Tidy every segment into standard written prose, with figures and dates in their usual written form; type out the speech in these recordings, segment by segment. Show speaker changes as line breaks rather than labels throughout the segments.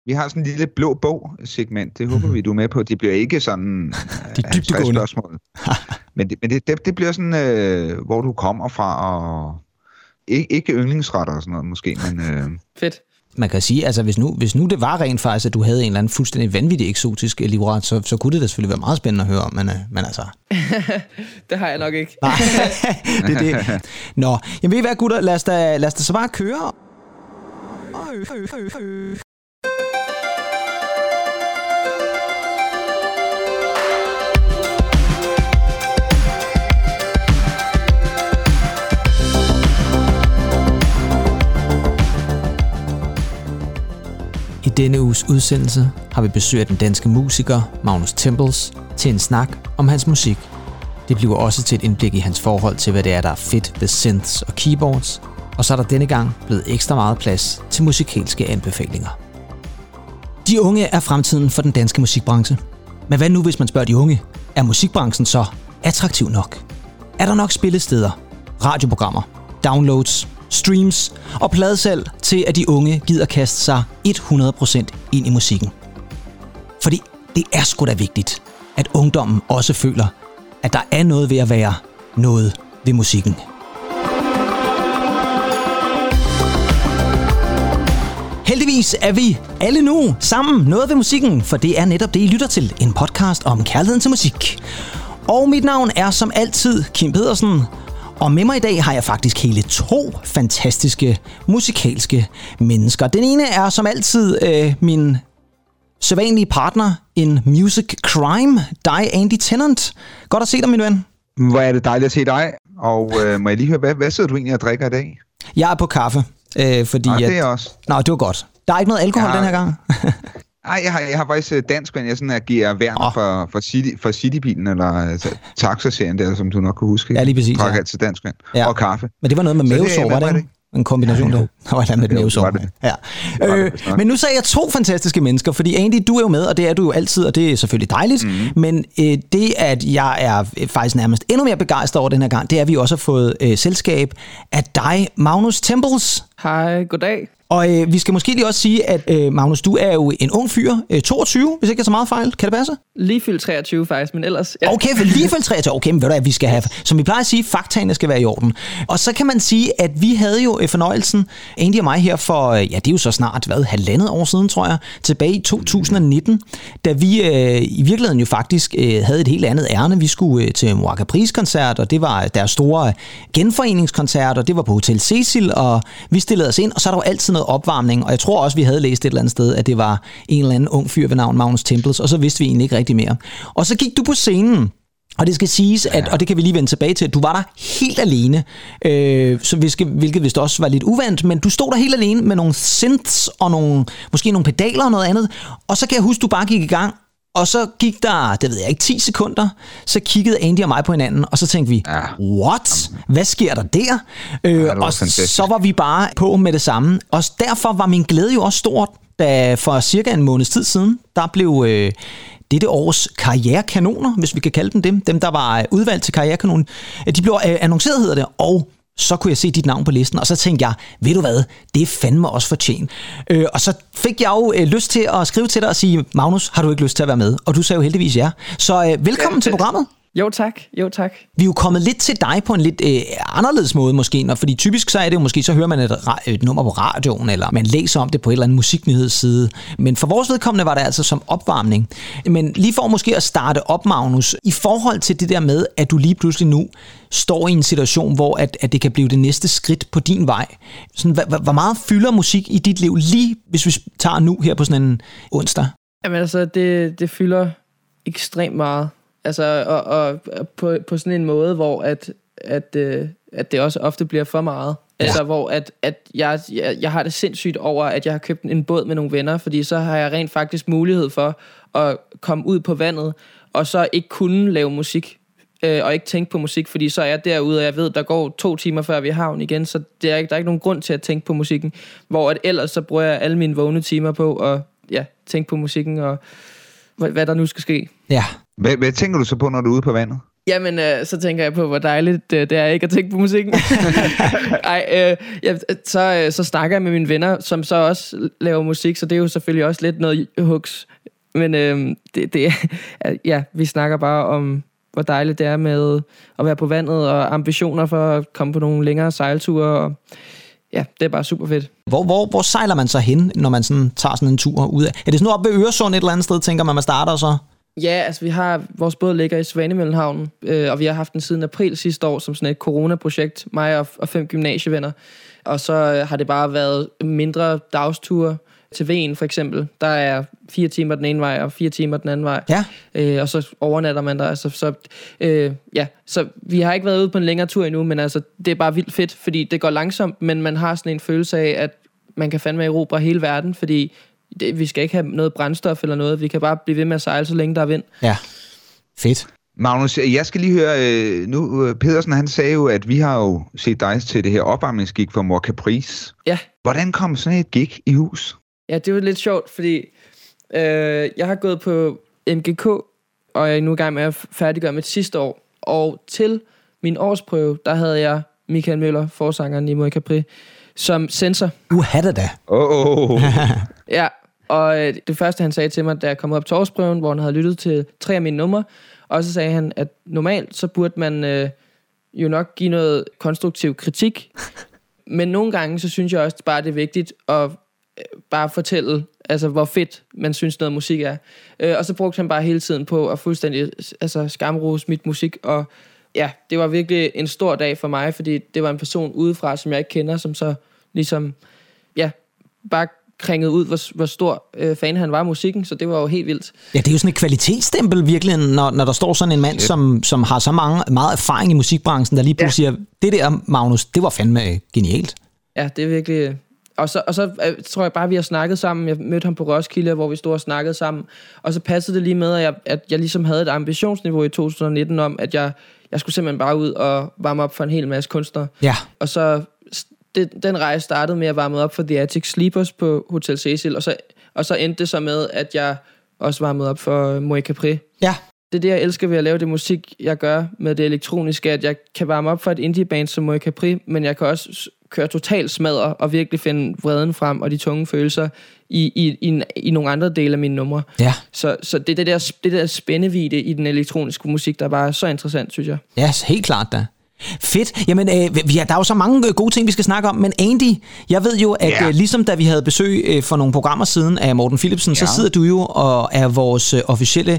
Vi har sådan en lille blå bog-segment. Det håber vi, du er med på. Det bliver ikke sådan 50 spørgsmål. Men det bliver sådan, hvor du kommer fra, og ikke yndlingsretter og sådan noget måske, men...
Fedt.
Man kan sige, altså hvis nu det var rent faktisk, at du havde en eller anden fuldstændig vanvittig eksotisk livret, så kunne det da selvfølgelig være meget spændende at høre om, men altså...
Det har jeg nok ikke.
Nej, det er det. Nå, jamen ved I hvad, gutter? Lad os da så bare køre. I denne uges udsendelse har vi besøg af den danske musiker Magnus Tempels til en snak om hans musik. Det bliver også til et indblik i hans forhold til, hvad det er, der er fedt ved synths og keyboards, og så er der denne gang blevet ekstra meget plads til musikalske anbefalinger. De unge er fremtiden for den danske musikbranche. Men hvad nu, hvis man spørger de unge? Er musikbranchen så attraktiv nok? Er der nok spillesteder, radioprogrammer, downloads, streams og pladesalg til, at de unge gider kaste sig 100% ind i musikken? Fordi det er sgu da vigtigt, at ungdommen også føler, at der er noget ved at være noget ved musikken. Heldigvis er vi alle nu sammen noget ved musikken, for det er netop det, I lytter til. En podcast om kærligheden til musik. Og mit navn er som altid Kim Pedersen. Og med mig i dag har jeg faktisk hele 2 fantastiske musikalske mennesker. Den ene er som altid min sædvanlige partner in music crime, dig Andy Tennant. Godt at se dig, min ven.
Hvor er det dejligt at se dig. Og må jeg lige høre, hvad sidder du egentlig og drikker i dag?
Jeg er på kaffe. Fordi
det er også.
Nå, det var godt. Der er ikke noget alkohol den her gang?
Nej, jeg har faktisk dansk, men jeg sådan agerer værn for Citybilen, eller taxaserien der, som du nok kan huske.
Ja, lige præcis.
Jeg altid dansk vand og kaffe.
Men det var noget med mavesår, var det ikke? En kombination der. Der var et med mavesår. Ja. Men nu sagde jeg 2 fantastiske mennesker, fordi Andy, du er jo med, og det er du jo altid, og det er selvfølgelig dejligt. Men det, at jeg er faktisk nærmest endnu mere begejstret over den her gang, det er, at vi også har fået selskab af dig, Magnus Tempels.
Hej, goddag.
Og vi skal måske lige også sige, at Magnus, du er jo en ung fyr, 22, hvis ikke er så meget fejl. Kan det passe?
Lige fyldt 23 faktisk, men ellers... Ja.
Okay, for lige fyldt 23. Okay, men ved du hvad, vi skal have... Som vi plejer at sige, faktaene skal være i orden. Og så kan man sige, at vi havde jo fornøjelsen, Andy og mig her for, det er jo så snart, 1,5 år siden, tror jeg, tilbage i 2019, da vi i virkeligheden jo faktisk havde et helt andet ærne. Vi skulle til Moa Caprice-koncert, og det var deres store genforeningskoncert, og det var på Hotel Cecil, og vi stillede os ind, og så er der jo altid noget opvarmning, og jeg tror også, vi havde læst et eller andet sted, at det var en eller anden ung fyr ved navn Magnus Tempels, og så vidste vi egentlig ikke rigtig mere. Og så gik du på scenen, og det skal siges, at, og det kan vi lige vende tilbage til, at du var der helt alene, hvilket vist også var lidt uvandt, men du stod der helt alene med nogle synths og måske nogle pedaler og noget andet, og så kan jeg huske, du bare gik i gang, og så gik der, det ved jeg ikke, 10 sekunder, så kiggede Andy og mig på hinanden, og så tænkte vi, what? Hvad sker der der? Og så var vi bare på med det samme. Og derfor var min glæde jo også stort, da for cirka en måneds tid siden, der blev dette års karrierekanoner, hvis vi kan kalde dem dem der var udvalgt til karrierekanonen, de blev annonceret, hedder det, og så kunne jeg se dit navn på listen, og så tænkte jeg, ved du hvad, det er fandme også fortjent. Og så fik jeg jo lyst til at skrive til dig og sige, Magnus, har du ikke lyst til at være med? Og du sagde jo heldigvis ja. Så velkommen til programmet.
Jo tak.
Vi er jo kommet lidt til dig på en lidt anderledes måde måske, fordi typisk så er det jo måske, så hører man et nummer på radioen, eller man læser om det på et eller andet musiknyhedsside. Men for vores vedkommende var det altså som opvarmning. Men lige for måske at starte op, Magnus, i forhold til det der med, at du lige pludselig nu står i en situation, hvor at det kan blive det næste skridt på din vej. Sådan, hvor meget fylder musik i dit liv lige, hvis vi tager nu her på sådan en onsdag?
Jamen altså, det fylder ekstremt meget. Altså, og på sådan en måde, hvor at det også ofte bliver for meget. Ja. Altså, hvor at jeg har det sindssygt over, at jeg har købt en båd med nogle venner, fordi så har jeg rent faktisk mulighed for at komme ud på vandet, og så ikke kunne lave musik, og ikke tænke på musik, fordi så er jeg derude, og jeg ved, der går 2 timer, før vi er havn igen, så der er ikke nogen grund til at tænke på musikken, hvor at ellers så bruger jeg alle mine vågne timer på at tænke på musikken, og hvad der nu skal ske.
Ja.
Hvad tænker du så på, når du er ude på vandet?
Jamen, så tænker jeg på, hvor dejligt det er ikke at tænke på musikken. Så snakker jeg med mine venner, som så også laver musik, så det er jo selvfølgelig også lidt noget hooks. Men vi snakker bare om, hvor dejligt det er med at være på vandet, og ambitioner for at komme på nogle længere sejlture, og ja, det er bare super fedt.
Hvor sejler man så hen, når man sådan tager sådan en tur ud af? Er det sådan noget op ved Øresund et eller andet sted, tænker man starter så?
Ja, altså vores båd ligger i Svanemøllehavnen, og vi har haft den siden april sidste år som sådan et coronaprojekt, mig og 5 gymnasievenner. Og så har det bare været mindre dagsture til Ven for eksempel. Der er 4 timer den ene vej og 4 timer den anden vej.
Ja.
Og så overnatter man der. Altså, så vi har ikke været ude på en længere tur endnu, men altså, det er bare vildt fedt, fordi det går langsomt, men man har sådan en følelse af, at man kan fandme erobre hele verden, fordi vi skal ikke have noget brændstof eller noget. Vi kan bare blive ved med at sejle, så længe der er vind.
Ja, fedt.
Magnus, jeg skal lige høre, nu Pedersen han sagde jo, at vi har jo set dig til det her opvarmningsgig for Mor Caprice.
Ja.
Hvordan kom sådan et gig i hus?
Ja, det var lidt sjovt, fordi jeg har gået på MGK, og jeg er nu i gang med at færdiggøre mit sidste år. Og til min årsprøve, der havde jeg Michael Møller, forsangeren i Mor Caprice, som censor.
Havde det da.
Ja, og det første han sagde til mig, da jeg kom op til årsprøven, hvor han havde lyttet til 3 af mine numre, og så sagde han, at normalt så burde man jo nok give noget konstruktiv kritik, men nogle gange så synes jeg også bare, det er vigtigt at bare fortælle, altså hvor fedt man synes noget musik er. Og så brugte han bare hele tiden på at fuldstændig skamrose mit musik, og ja, det var virkelig en stor dag for mig, fordi det var en person udefra, som jeg ikke kender, som så ligesom, ja, bare kringede ud, hvor stor fan han var af musikken, så det var jo helt vildt.
Ja, det er jo sådan et kvalitetsstempel virkelig, når der står sådan en mand, som har så meget erfaring i musikbranchen, der lige pludselig siger, det der, Magnus, det var fandme genialt.
Ja, det er virkelig. Og så tror jeg bare, vi har snakket sammen. Jeg mødte ham på Roskilde, hvor vi stod og snakkede sammen. Og så passede det lige med, at jeg ligesom havde et ambitionsniveau i 2019 om, at jeg skulle simpelthen bare ud og varme op for en hel masse kunstnere.
Ja.
Og så den rejse startede med at varme op for The Attic Sleepers på Hotel Cecil, og så endte det så med, at jeg også varmede op for Mor Caprice.
Ja.
Det er det, jeg elsker ved at lave det musik, jeg gør med det elektroniske, at jeg kan varme op for et indie-band som Mor Caprice, men jeg kan også køre totalt smadre og virkelig finde vreden frem og de tunge følelser i nogle andre dele af mine numre.
Ja.
Så det er det der spændevide i den elektroniske musik, der bare er så interessant, synes jeg.
Ja, helt klart da. Fedt. Jamen, der er jo så mange gode ting, vi skal snakke om, men Andy, jeg ved jo, at ligesom da vi havde besøg for nogle programmer siden af Morten Philipsen, så sidder du jo og er vores officielle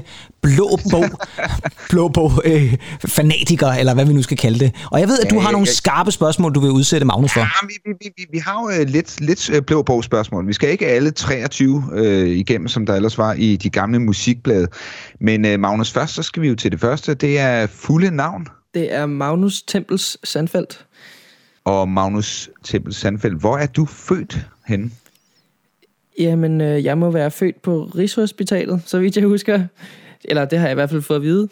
blå bog fanatiker, eller hvad vi nu skal kalde det. Og jeg ved, at du har nogle skarpe spørgsmål, du vil udsætte Magnus for.
Ja, vi har jo lidt blå bog spørgsmål. Vi skal ikke alle 23 igennem, som der ellers var i de gamle musikblade. Men Magnus, først så skal vi jo til det første. Det er fulde navn.
Det er Magnus Tempels Sandfeldt.
Og Magnus Tempels Sandfeldt, hvor er du født henne?
Jamen, jeg må være født på Rigshospitalet, så vidt jeg husker. Eller det har jeg i hvert fald fået at vide.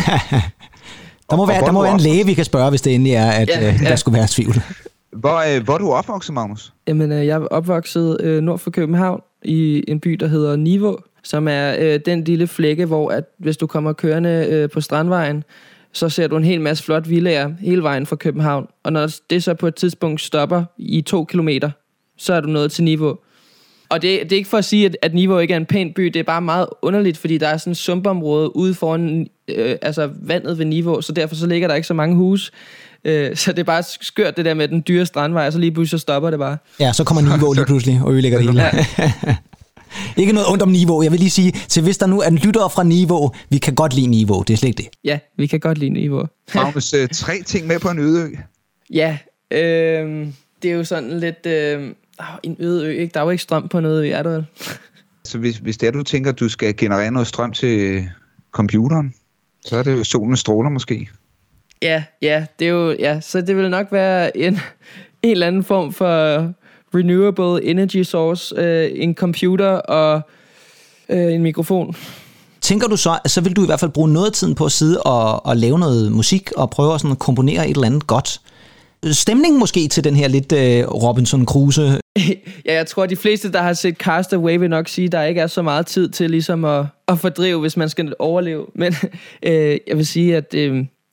Der må være en læge, vi kan spørge, hvis det endelig er, at der skulle være tvivl.
Hvor er du opvokset, Magnus?
Jamen, jeg er opvokset nord for København i en by, der hedder Nivå, som er den lille flække, hvor at, hvis du kommer kørende på Strandvejen, så ser du en hel masse flot villaer hele vejen fra København. Og når det så på et tidspunkt stopper i 2 kilometer, så er du nået til Nivå. Og det er ikke for at sige, at Nivå ikke er en pæn by. Det er bare meget underligt, fordi der er sådan et sumpområde ude foran vandet ved Nivå, så derfor så ligger der ikke så mange huse. Så det er bare skørt det der med den dyre strandvej, og så lige pludselig så stopper det bare.
Ja, så kommer Nivå lige pludselig og ødelægger det hele. Ja. Ikke noget ondt om Nivå. Jeg vil lige sige, til hvis der nu er en lytter fra Nivå, vi kan godt lide Nivå. Det er slet ikke det.
Ja, vi kan godt lide Nivå.
Magnus, 3 ting med på en øde ø.
Ja, det er jo sådan lidt en øde ø, ikke? Der er jo ikke strøm på en øde ø, er der vel?
Så hvis det er, du tænker, at du skal generere noget strøm til computeren, så er det jo solens stråler måske.
Ja, det er jo, så det vil nok være en eller anden form for renewable energy source, en computer og en mikrofon.
Tænker du så vil du i hvert fald bruge noget af tiden på at sidde og lave noget musik og prøve at sådan kompponere et eller andet godt? Stemningen måske til den her lidt Robinson Crusoe?
Ja, jeg tror, at de fleste, der har set Cast Away, vil nok sige, at der ikke er så meget tid til ligesom at fordrive, hvis man skal overleve. Men jeg vil sige, at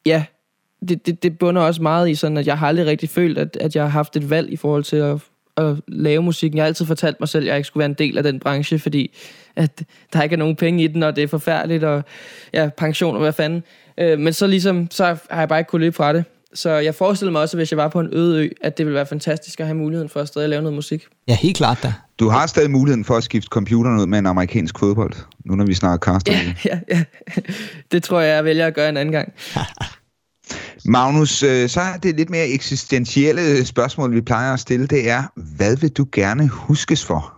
Ja, det bunder også meget i sådan, at jeg har aldrig rigtig følt, at jeg har haft et valg i forhold til at lave musikken. Jeg har altid fortalt mig selv, at jeg ikke skulle være en del af den branche, fordi at der ikke er nogen penge i den, og det er forfærdeligt, og ja, pension og hvad fanden. Men så har jeg bare ikke kunnet løbe fra det. Så jeg forestiller mig også, at hvis jeg var på en øde ø, at det ville være fantastisk at have muligheden for at stadig lave noget musik.
Ja, helt klart da.
Du har stadig muligheden for at skifte computeren ud med en amerikansk fodbold, nu når vi snakker caster.
Ja. Det tror jeg vælger at gøre en anden gang.
Magnus, så er det lidt mere eksistentielle spørgsmål, vi plejer at stille. Det er, hvad vil du gerne huskes for?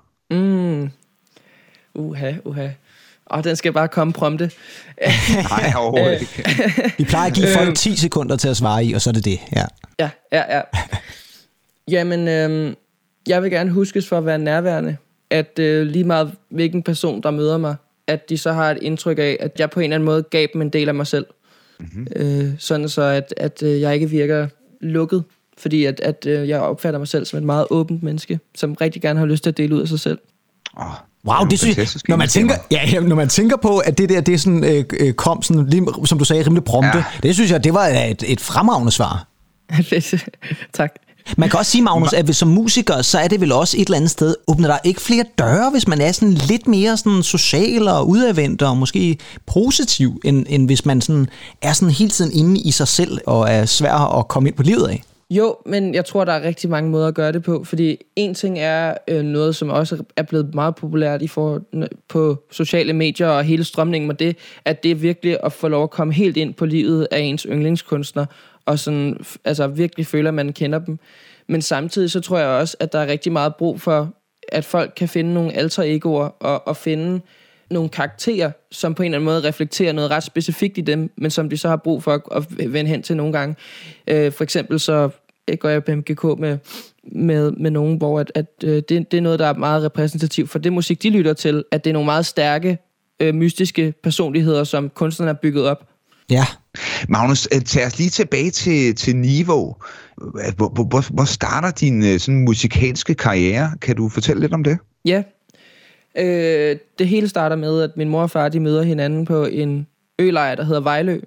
Uha. Den skal bare komme prompte.
Nej, overhovedet ikke.
Vi plejer at give folk 10 sekunder til at svare i, og så er det det.
Ja. Jamen, jeg vil gerne huskes for at være nærværende. At lige meget hvilken person, der møder mig, at de så har et indtryk af, at jeg på en eller anden måde gav dem en del af mig selv. Mm-hmm. Sådan så, at jeg ikke virker lukket. Fordi at jeg opfatter mig selv som et meget åbent menneske, som rigtig gerne har lyst til at dele ud af sig selv.
Wow, det synes jeg, når man tænker på, at det er sådan, kom sådan, lige, som du sagde, rimelig prompte, det synes jeg, det var et fremragende svar.
Tak.
Man kan også sige, Magnus, at som musiker, så er det vel også et eller andet sted, åbner der ikke flere døre, hvis man er sådan lidt mere sådan social og udadvendt og måske positiv, end hvis man sådan er sådan hele tiden inde i sig selv og er svær at komme ind på livet af?
Jo, men jeg tror, der er rigtig mange måder at gøre det på, fordi en ting er noget, som også er blevet meget populært på sociale medier og hele strømningen med det, at det er virkelig at få lov at komme helt ind på livet af ens yndlingskunstner, og sådan, altså virkelig føler, at man kender dem. Men samtidig så tror jeg også, at der er rigtig meget brug for, at folk kan finde nogle alter egoer og finde nogle karakterer, som på en eller anden måde reflekterer noget ret specifikt i dem, men som de så har brug for at vende hen til nogle gange. For eksempel så går jeg på MGK med nogen, hvor det er noget, der er meget repræsentativt for det musik, de lytter til, at det er nogle meget stærke, mystiske personligheder, som kunstnerne har bygget op.
Ja.
Magnus, tag os lige tilbage til Niveau. Hvor starter din sådan musikalske karriere? Kan du fortælle lidt om det?
Ja. Det hele starter med, at min mor og far, de møder hinanden på en ølejr, der hedder Vejlø,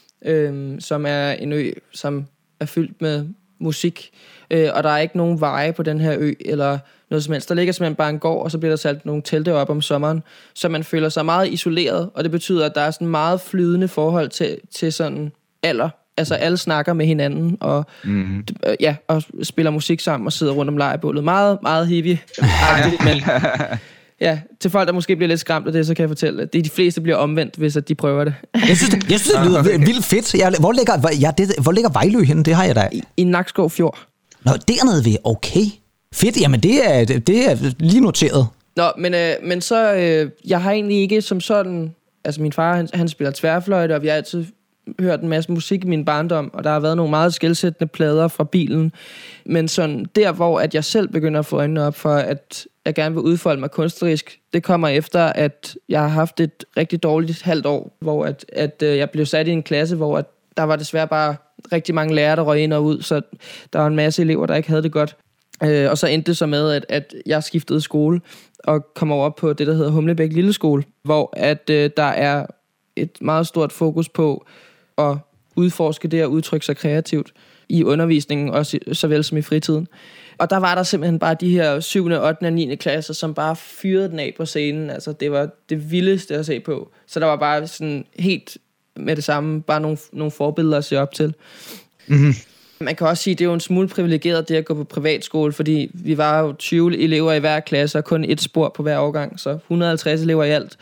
som er en ø, som er fyldt med musik, og der er ikke nogen veje på den her ø, eller noget som helst. Der ligger simpelthen bare en gård, og så bliver der sat nogle telte op om sommeren, så man føler sig meget isoleret, og det betyder, at der er sådan meget flydende forhold til sådan alder. Altså alle snakker med hinanden, og, og spiller musik sammen, og sidder rundt om lejrebålet. Meget, meget hippie-agtigt, men ja, til folk, der måske bliver lidt skræmt af det, så kan jeg fortælle, at de fleste bliver omvendt, hvis at de prøver det.
Jeg synes, det lyder vildt fedt. Hvor ligger Vejlø henne? Det har jeg da.
I Nakskov Fjord.
Nå, dernede ved. Okay. Fedt. Jamen, det er lige noteret.
Nå, men så... jeg har egentlig ikke som sådan... Altså, min far, han spiller tværfløjte, og vi har altid hørt en masse musik i min barndom, og der har været nogle meget skelsættende plader fra bilen. Men sådan der, hvor at jeg selv begynder at få øjnene op for, at jeg gerne vil udfolde mig kunstnerisk, det kommer efter, at jeg har haft et rigtig dårligt halvt år, hvor at jeg blev sat i en klasse, hvor at der var desværre bare rigtig mange lærere, der røg ind og ud, så der var en masse elever, der ikke havde det godt. Og så endte det så med, at jeg skiftede skole og kom over på det, der hedder Humlebæk Lilleskole, hvor at der er et meget stort fokus på at udforske det og udtrykke sig kreativt i undervisningen, også såvel som i fritiden. Og der var der simpelthen bare de her 7., 8. og 9. klasser, som bare fyrede den af på scenen. Altså, det var det vildeste at se på. Så der var bare sådan helt med det samme, bare nogle forbilleder at se op til. Mm-hmm. Man kan også sige, at det er jo en smule privilegeret, det at gå på privatskole, fordi vi var jo 20 elever i hver klasse, og kun et spor på hver årgang, så 150 elever i alt,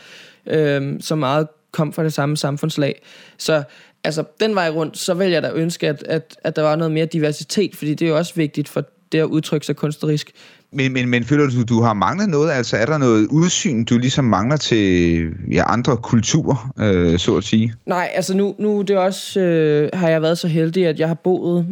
så meget kom fra det samme samfundslag. Så altså, den vej rundt, så vil jeg da ønske, at der var noget mere diversitet, fordi det er jo også vigtigt for det at udtrykke sig kunstnerisk.
Men føler du har manglet noget? Altså er der noget udsyn, du ligesom mangler til andre kulturer, så at sige?
Nej, altså nu det også, har jeg været så heldig, at jeg har boet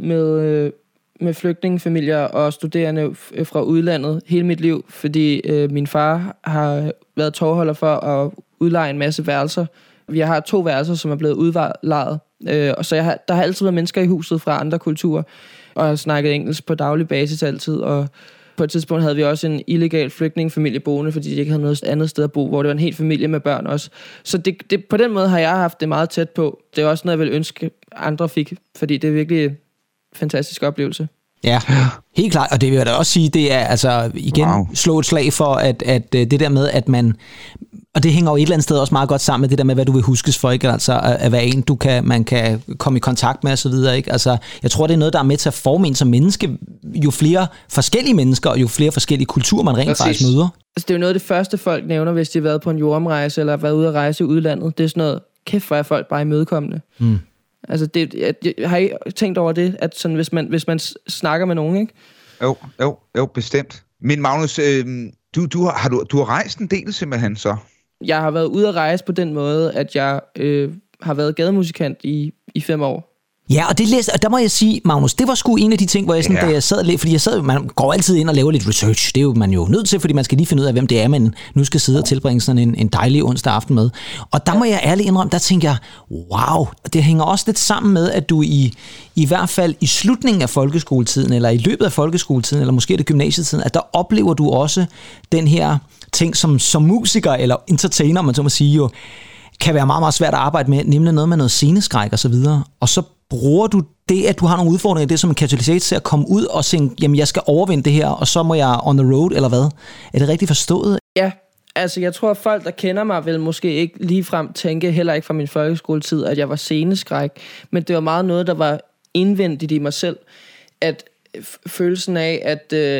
med flygtningefamilier og studerende fra udlandet hele mit liv, fordi min far har været tovholder for at udleje en masse værelser. Vi har 2 værelser, som er blevet udlejet, og så der har altid været mennesker i huset fra andre kulturer, og jeg har snakket engelsk på daglig basis altid, og på et tidspunkt havde vi også en illegal flygtningefamilie boende, fordi de ikke havde noget andet sted at bo, hvor det var en hel familie med børn også. Så det, på den måde har jeg haft det meget tæt på. Det er også noget, jeg vil ønske, andre fik, fordi det er virkelig en fantastisk oplevelse.
Ja, helt klart, og det vil jeg da også sige, det er altså igen slå et slag for, at det der med, at man, og det hænger jo et eller andet sted også meget godt sammen med det der med, hvad du vil huskes for, ikke? Altså at være en, man kan komme i kontakt med og så videre, ikke? Altså, jeg tror, det er noget, der er med til at forme en som menneske. Jo flere forskellige mennesker, og jo flere forskellige kulturer, man rent faktisk møder. Altså,
det er jo noget af det første, folk nævner, hvis de har været på en jordomrejse, eller har været ude at rejse i udlandet. Det er sådan noget, kæft, hvor er folk bare imødekommende. Altså, jeg har ikke tænkt over det, at sådan, hvis man snakker med nogen, ikke?
Jo, bestemt. Men Magnus, du har rejst en del simpelthen så?
Jeg har været ude at rejse på den måde, at jeg har været gademusikant i 5 år.
Ja, og der må jeg sige, Magnus, det var sgu en af de ting, hvor jeg sådan, da jeg sad lidt, fordi man går altid ind og laver lidt research. Det er jo man jo nødt til, fordi man skal lige finde ud af, hvem det er, man nu skal sidde og tilbringe sådan en dejlig onsdag aften med. Og der må jeg ærligt indrømme, der tænker jeg, wow, det hænger også lidt sammen med, at du i hvert fald i slutningen af folkeskoletiden, eller i løbet af folkeskoletiden, eller måske det gymnasietiden, at der oplever du også den her ting som musiker, eller entertainer, man så må sige jo, kan være meget, meget svært at arbejde med, nemlig noget med noget sceneskræk og så videre. Og så bruger du det, at du har nogle udfordringer, det som en katalysator til at komme ud og sige, jamen jeg skal overvinde det her, og så må jeg on the road, eller hvad? Er det rigtigt forstået?
Ja, altså jeg tror, at folk, der kender mig, vil måske ikke ligefrem tænke, heller ikke fra min folkeskoletid, at jeg var sceneskræk, men det var meget noget, der var indvendigt i mig selv, at følelsen af,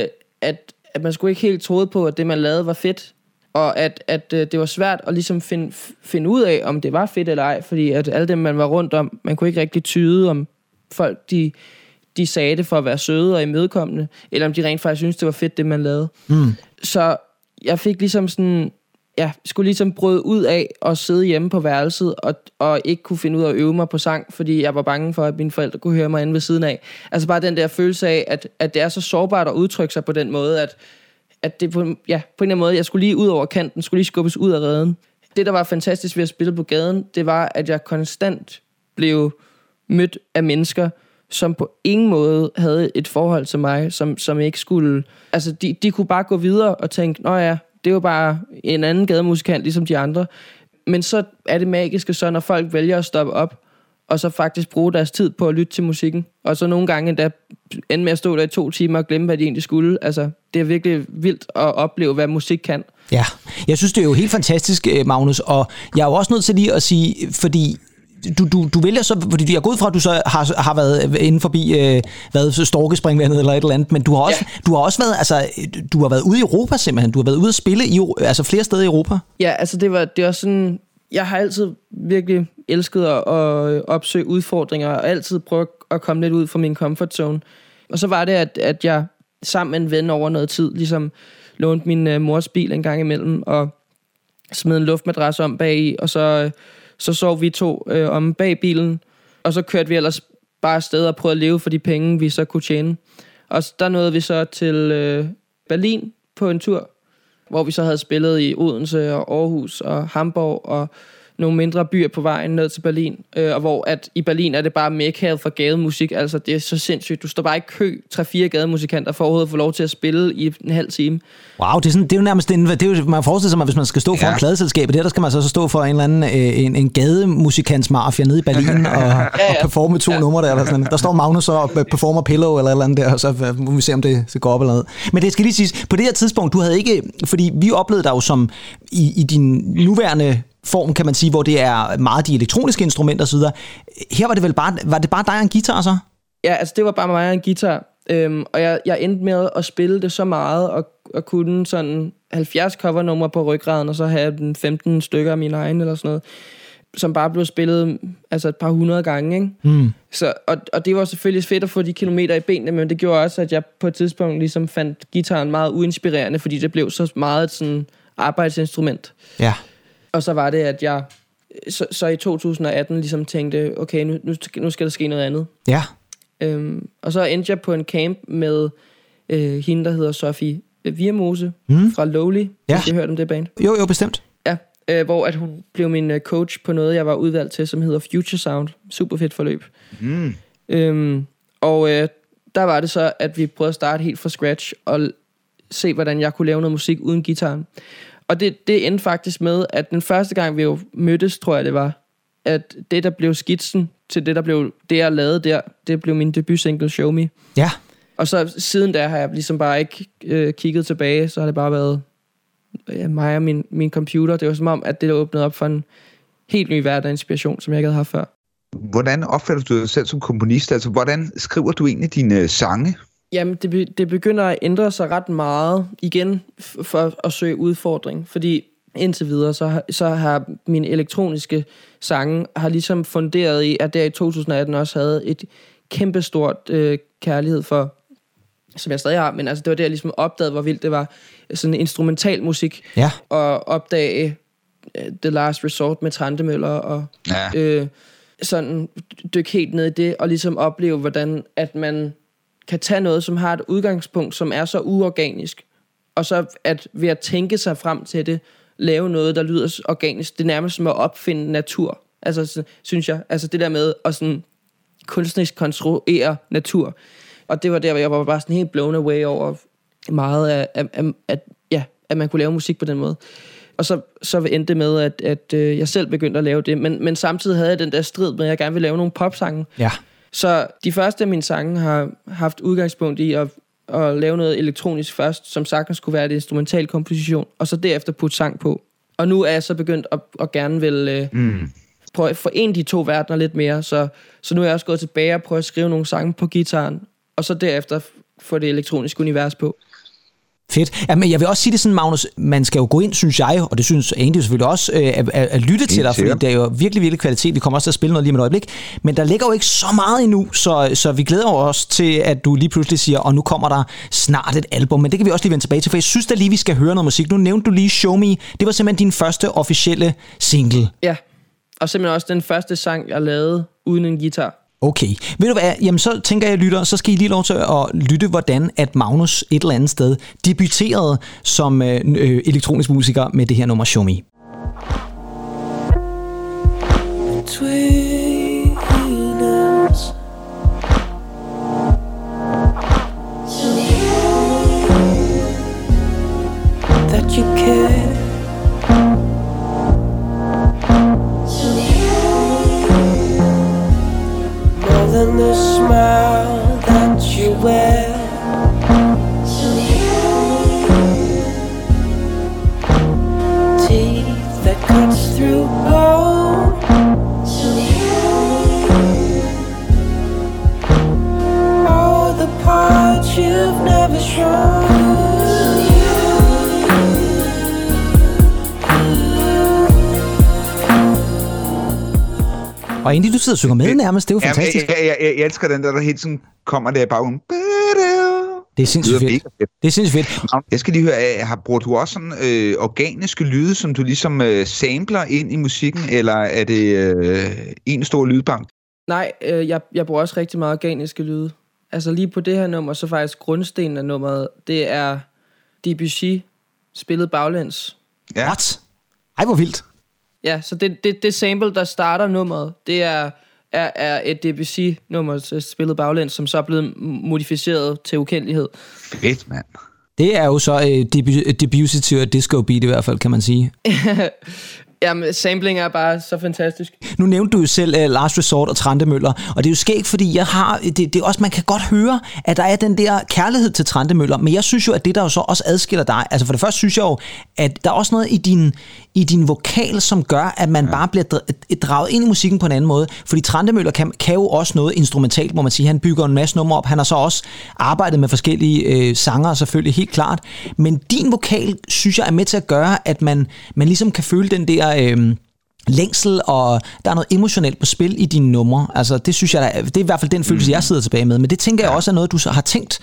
at man skulle ikke helt troede på, at det, man lavede, var fedt, og at det var svært at ligesom finde ud af, om det var fedt eller ej, fordi at alle dem, man var rundt om, man kunne ikke rigtig tyde, om folk, de sagde det for at være søde og imødekommende, eller om de rent faktisk syntes, det var fedt, det man lavede. Så jeg fik ligesom sådan, skulle ligesom bryde ud af at sidde hjemme på værelset, og ikke kunne finde ud af at øve mig på sang, fordi jeg var bange for, at mine forældre kunne høre mig inde ved siden af. Altså bare den der følelse af, at det er så sårbart at udtrykke sig på den måde, at det på en eller anden måde, jeg skulle lige ud over kanten, skulle lige skubbes ud af reden. Det, der var fantastisk ved at spille på gaden, det var, at jeg konstant blev mødt af mennesker, som på ingen måde havde et forhold til mig, som ikke skulle... Altså, de kunne bare gå videre og tænke, nå ja, det er jo bare en anden gademusikant, ligesom de andre. Men så er det magiske så, når folk vælger at stoppe op, og så faktisk bruge deres tid på at lytte til musikken. Og så nogle gange endda ende med at stå der i 2 timer og glemme, hvad de egentlig skulle. Altså, det er virkelig vildt at opleve, hvad musik kan.
Ja, jeg synes, det er jo helt fantastisk, Magnus, og jeg er jo også nødt til lige at sige, fordi du vælger så, fordi jeg er gået fra, at du så har været inden forbi Storkespringvandet eller et eller andet, men du har også været, altså, du har været ude i Europa simpelthen, du har været ude at spille altså flere steder i Europa.
Ja, altså det var sådan, jeg har altid virkelig elsket at opsøge udfordringer, og altid prøve at komme lidt ud fra min comfort zone. Og så var det, at jeg sammen med en ven over noget tid, ligesom lånte min mors bil en gang imellem, og smed en luftmadras om bagi, og så sov vi 2 om bag bilen, og så kørte vi ellers bare afsted og prøvede at leve for de penge, vi så kunne tjene. Og der nåede vi så til Berlin på en tur, hvor vi så havde spillet i Odense og Aarhus og Hamburg og nogle mindre byer på vejen ned til Berlin, og hvor at i Berlin er det bare mekkaet for gademusik, altså det er så sindssygt. Du står bare i kø, 3-4 gademusikanter for overhovedet at få lov til at spille i en halv time.
Wow, det er jo nærmest man forestiller sig, at hvis man skal stå for en pladeselskab, der skal man så stå for en eller anden en gademusikants mafia nede i Berlin og performe 2 numre der eller sådan. Der står Magnus og performer Pillow eller et eller andet der, og så må vi se om det går op eller noget. Men det skal lige siges, på det her tidspunkt, du havde ikke, fordi vi oplevede dig jo som i din nuværende form, kan man sige, hvor det er meget de elektroniske instrumenter og så videre. Her var det vel bare, var det bare dig og en guitar så?
Ja, altså det var bare mig og en guitar. Og jeg endte med at spille det så meget, og kunne sådan 70 covernumre på ryggraden, og så have 15 stykker af mine egne, eller sådan noget, som bare blev spillet altså et par 100 gange, ikke? Så, og det var selvfølgelig fedt at få de kilometer i benene, men det gjorde også, at jeg på et tidspunkt ligesom fandt guitaren meget uinspirerende, fordi det blev så meget et sådan arbejdsinstrument.
Ja.
Og så var det, at jeg så i 2018 ligesom tænkte, okay, nu skal der ske noget andet.
Ja.
Og så endte jeg på en camp med hende, der hedder Sofie Virmose fra Lowly, hvis I har hørt om det band.
Jo, bestemt.
Ja, hvor at hun blev min coach på noget, jeg var udvalgt til, som hedder Future Sound. Super fedt forløb. Og der var det så, at vi prøvede at starte helt fra scratch, og se, hvordan jeg kunne lave noget musik uden guitaren. Og det endte faktisk med, at den første gang, vi jo mødtes, tror jeg det var, at det, der blev skitsen til det, der blev det, jeg lavede der, det blev min debutsingle, Show Me.
Ja.
Og så siden der har jeg ligesom bare ikke kigget tilbage, så har det bare været mig og min computer. Det var som om, at det åbnede op for en helt ny verden af inspiration, som jeg ikke havde haft før.
Hvordan opfatter du dig selv som komponist? Altså, hvordan skriver du egentlig dine sange?
Jamen, det begynder at ændre sig ret meget igen for at søge udfordring. Fordi indtil videre, så har mine elektroniske sange har ligesom funderet i, at der i 2018 også havde et kæmpestort kærlighed for, som jeg stadig har, men altså det var det, jeg ligesom opdagede, hvor vildt det var, sådan instrumental musik, og opdage The Last Resort med Trantemøller, og sådan dykke helt ned i det, og ligesom opleve, hvordan at man kan tage noget, som har et udgangspunkt, som er så uorganisk, og så at ved at tænke sig frem til det, lave noget, der lyder organisk. Det er nærmest som at opfinde natur. Altså, synes jeg. Altså det der med at sådan kunstnerisk konstruere natur. Og det var der, hvor jeg var bare sådan helt blown away over meget af at man kunne lave musik på den måde. Og så endte det med, at jeg selv begyndte at lave det. Men samtidig havde jeg den der strid med, at jeg gerne ville lave nogle popsange.
Ja.
Så de første af mine sange har haft udgangspunkt i at lave noget elektronisk først, som sagtens kunne være et instrumental komposition, og så derefter putte sang på. Og nu er jeg så begyndt at gerne vil prøve at forene de to verdener lidt mere, så nu er jeg også gået tilbage og prøve at skrive nogle sange på guitaren, og så derefter få det elektroniske univers på.
Fedt. Ja, men jeg vil også sige det sådan, Magnus, man skal jo gå ind, synes jeg, og det synes Andy selvfølgelig også, at lytte til dig, fordi det er jo virkelig, virkelig kvalitet. Vi kommer også til at spille noget lige med et øjeblik. Men der ligger jo ikke så meget endnu, så vi glæder os til, at du lige pludselig siger, og nu kommer der snart et album. Men det kan vi også lige vende tilbage til, for jeg synes da lige, vi skal høre noget musik. Nu nævnte du lige Show Me. Det var simpelthen din første officielle single.
Ja, og simpelthen også den første sang, jeg lavede uden en guitar.
Okay. Ved du hvad? Jamen så tænker jeg, lytter, så skal I lige lov til at lytte, hvordan at Magnus et eller andet sted debuterede som elektronisk musiker med det her nummer Show Me. That you care. Than the smile that you wear. Teeth that cuts through bone. Oh, the parts you've never shown. Og egentlig, du sidder og synger med nærmest, det er jo fantastisk.
Jeg elsker den der helt sådan kommer der i baggrunden.
Det er sindssygt fedt. Det er sindssygt fedt.
Jeg skal lige høre, bruger du også sådan organiske lyde, som du ligesom sampler ind i musikken, eller er det en stor lydbank?
Nej, jeg bruger også rigtig meget organiske lyde. Altså lige på det her nummer, så faktisk grundstenen af nummeret, det er Debussy spillet baglæns.
Ja. What? Ej, hvor vildt.
Ja, så det sample, der starter nummeret, det er et Debussy-nummer spillet baglæns, som så er blevet modificeret til ukendelighed.
Fedt, mand.
Det er jo så Debussy til disco beat i hvert fald, kan man sige.
Jamen, sampling er bare så fantastisk.
Nu nævnte du jo selv Last Resort og Trantemøller, og det er jo skægt, fordi jeg har, det er også, man kan godt høre, at der er den der kærlighed til Trantemøller, men jeg synes jo, at det der jo så også adskiller dig, altså for det første synes jeg jo, at der er også noget i din vokal, som gør, at man bare bliver draget ind i musikken på en anden måde, fordi Trantemøller kan jo også noget instrumentalt, må man sige. Han bygger en masse numre op, han har så også arbejdet med forskellige sanger, selvfølgelig helt klart, men din vokal, synes jeg, er med til at gøre, at man ligesom kan føle den der længsel, og der er noget emotionelt på spil i dine numre. Altså, det synes jeg, det er i hvert fald den følelse, jeg sidder tilbage med. Men det tænker jeg også er noget, du har tænkt,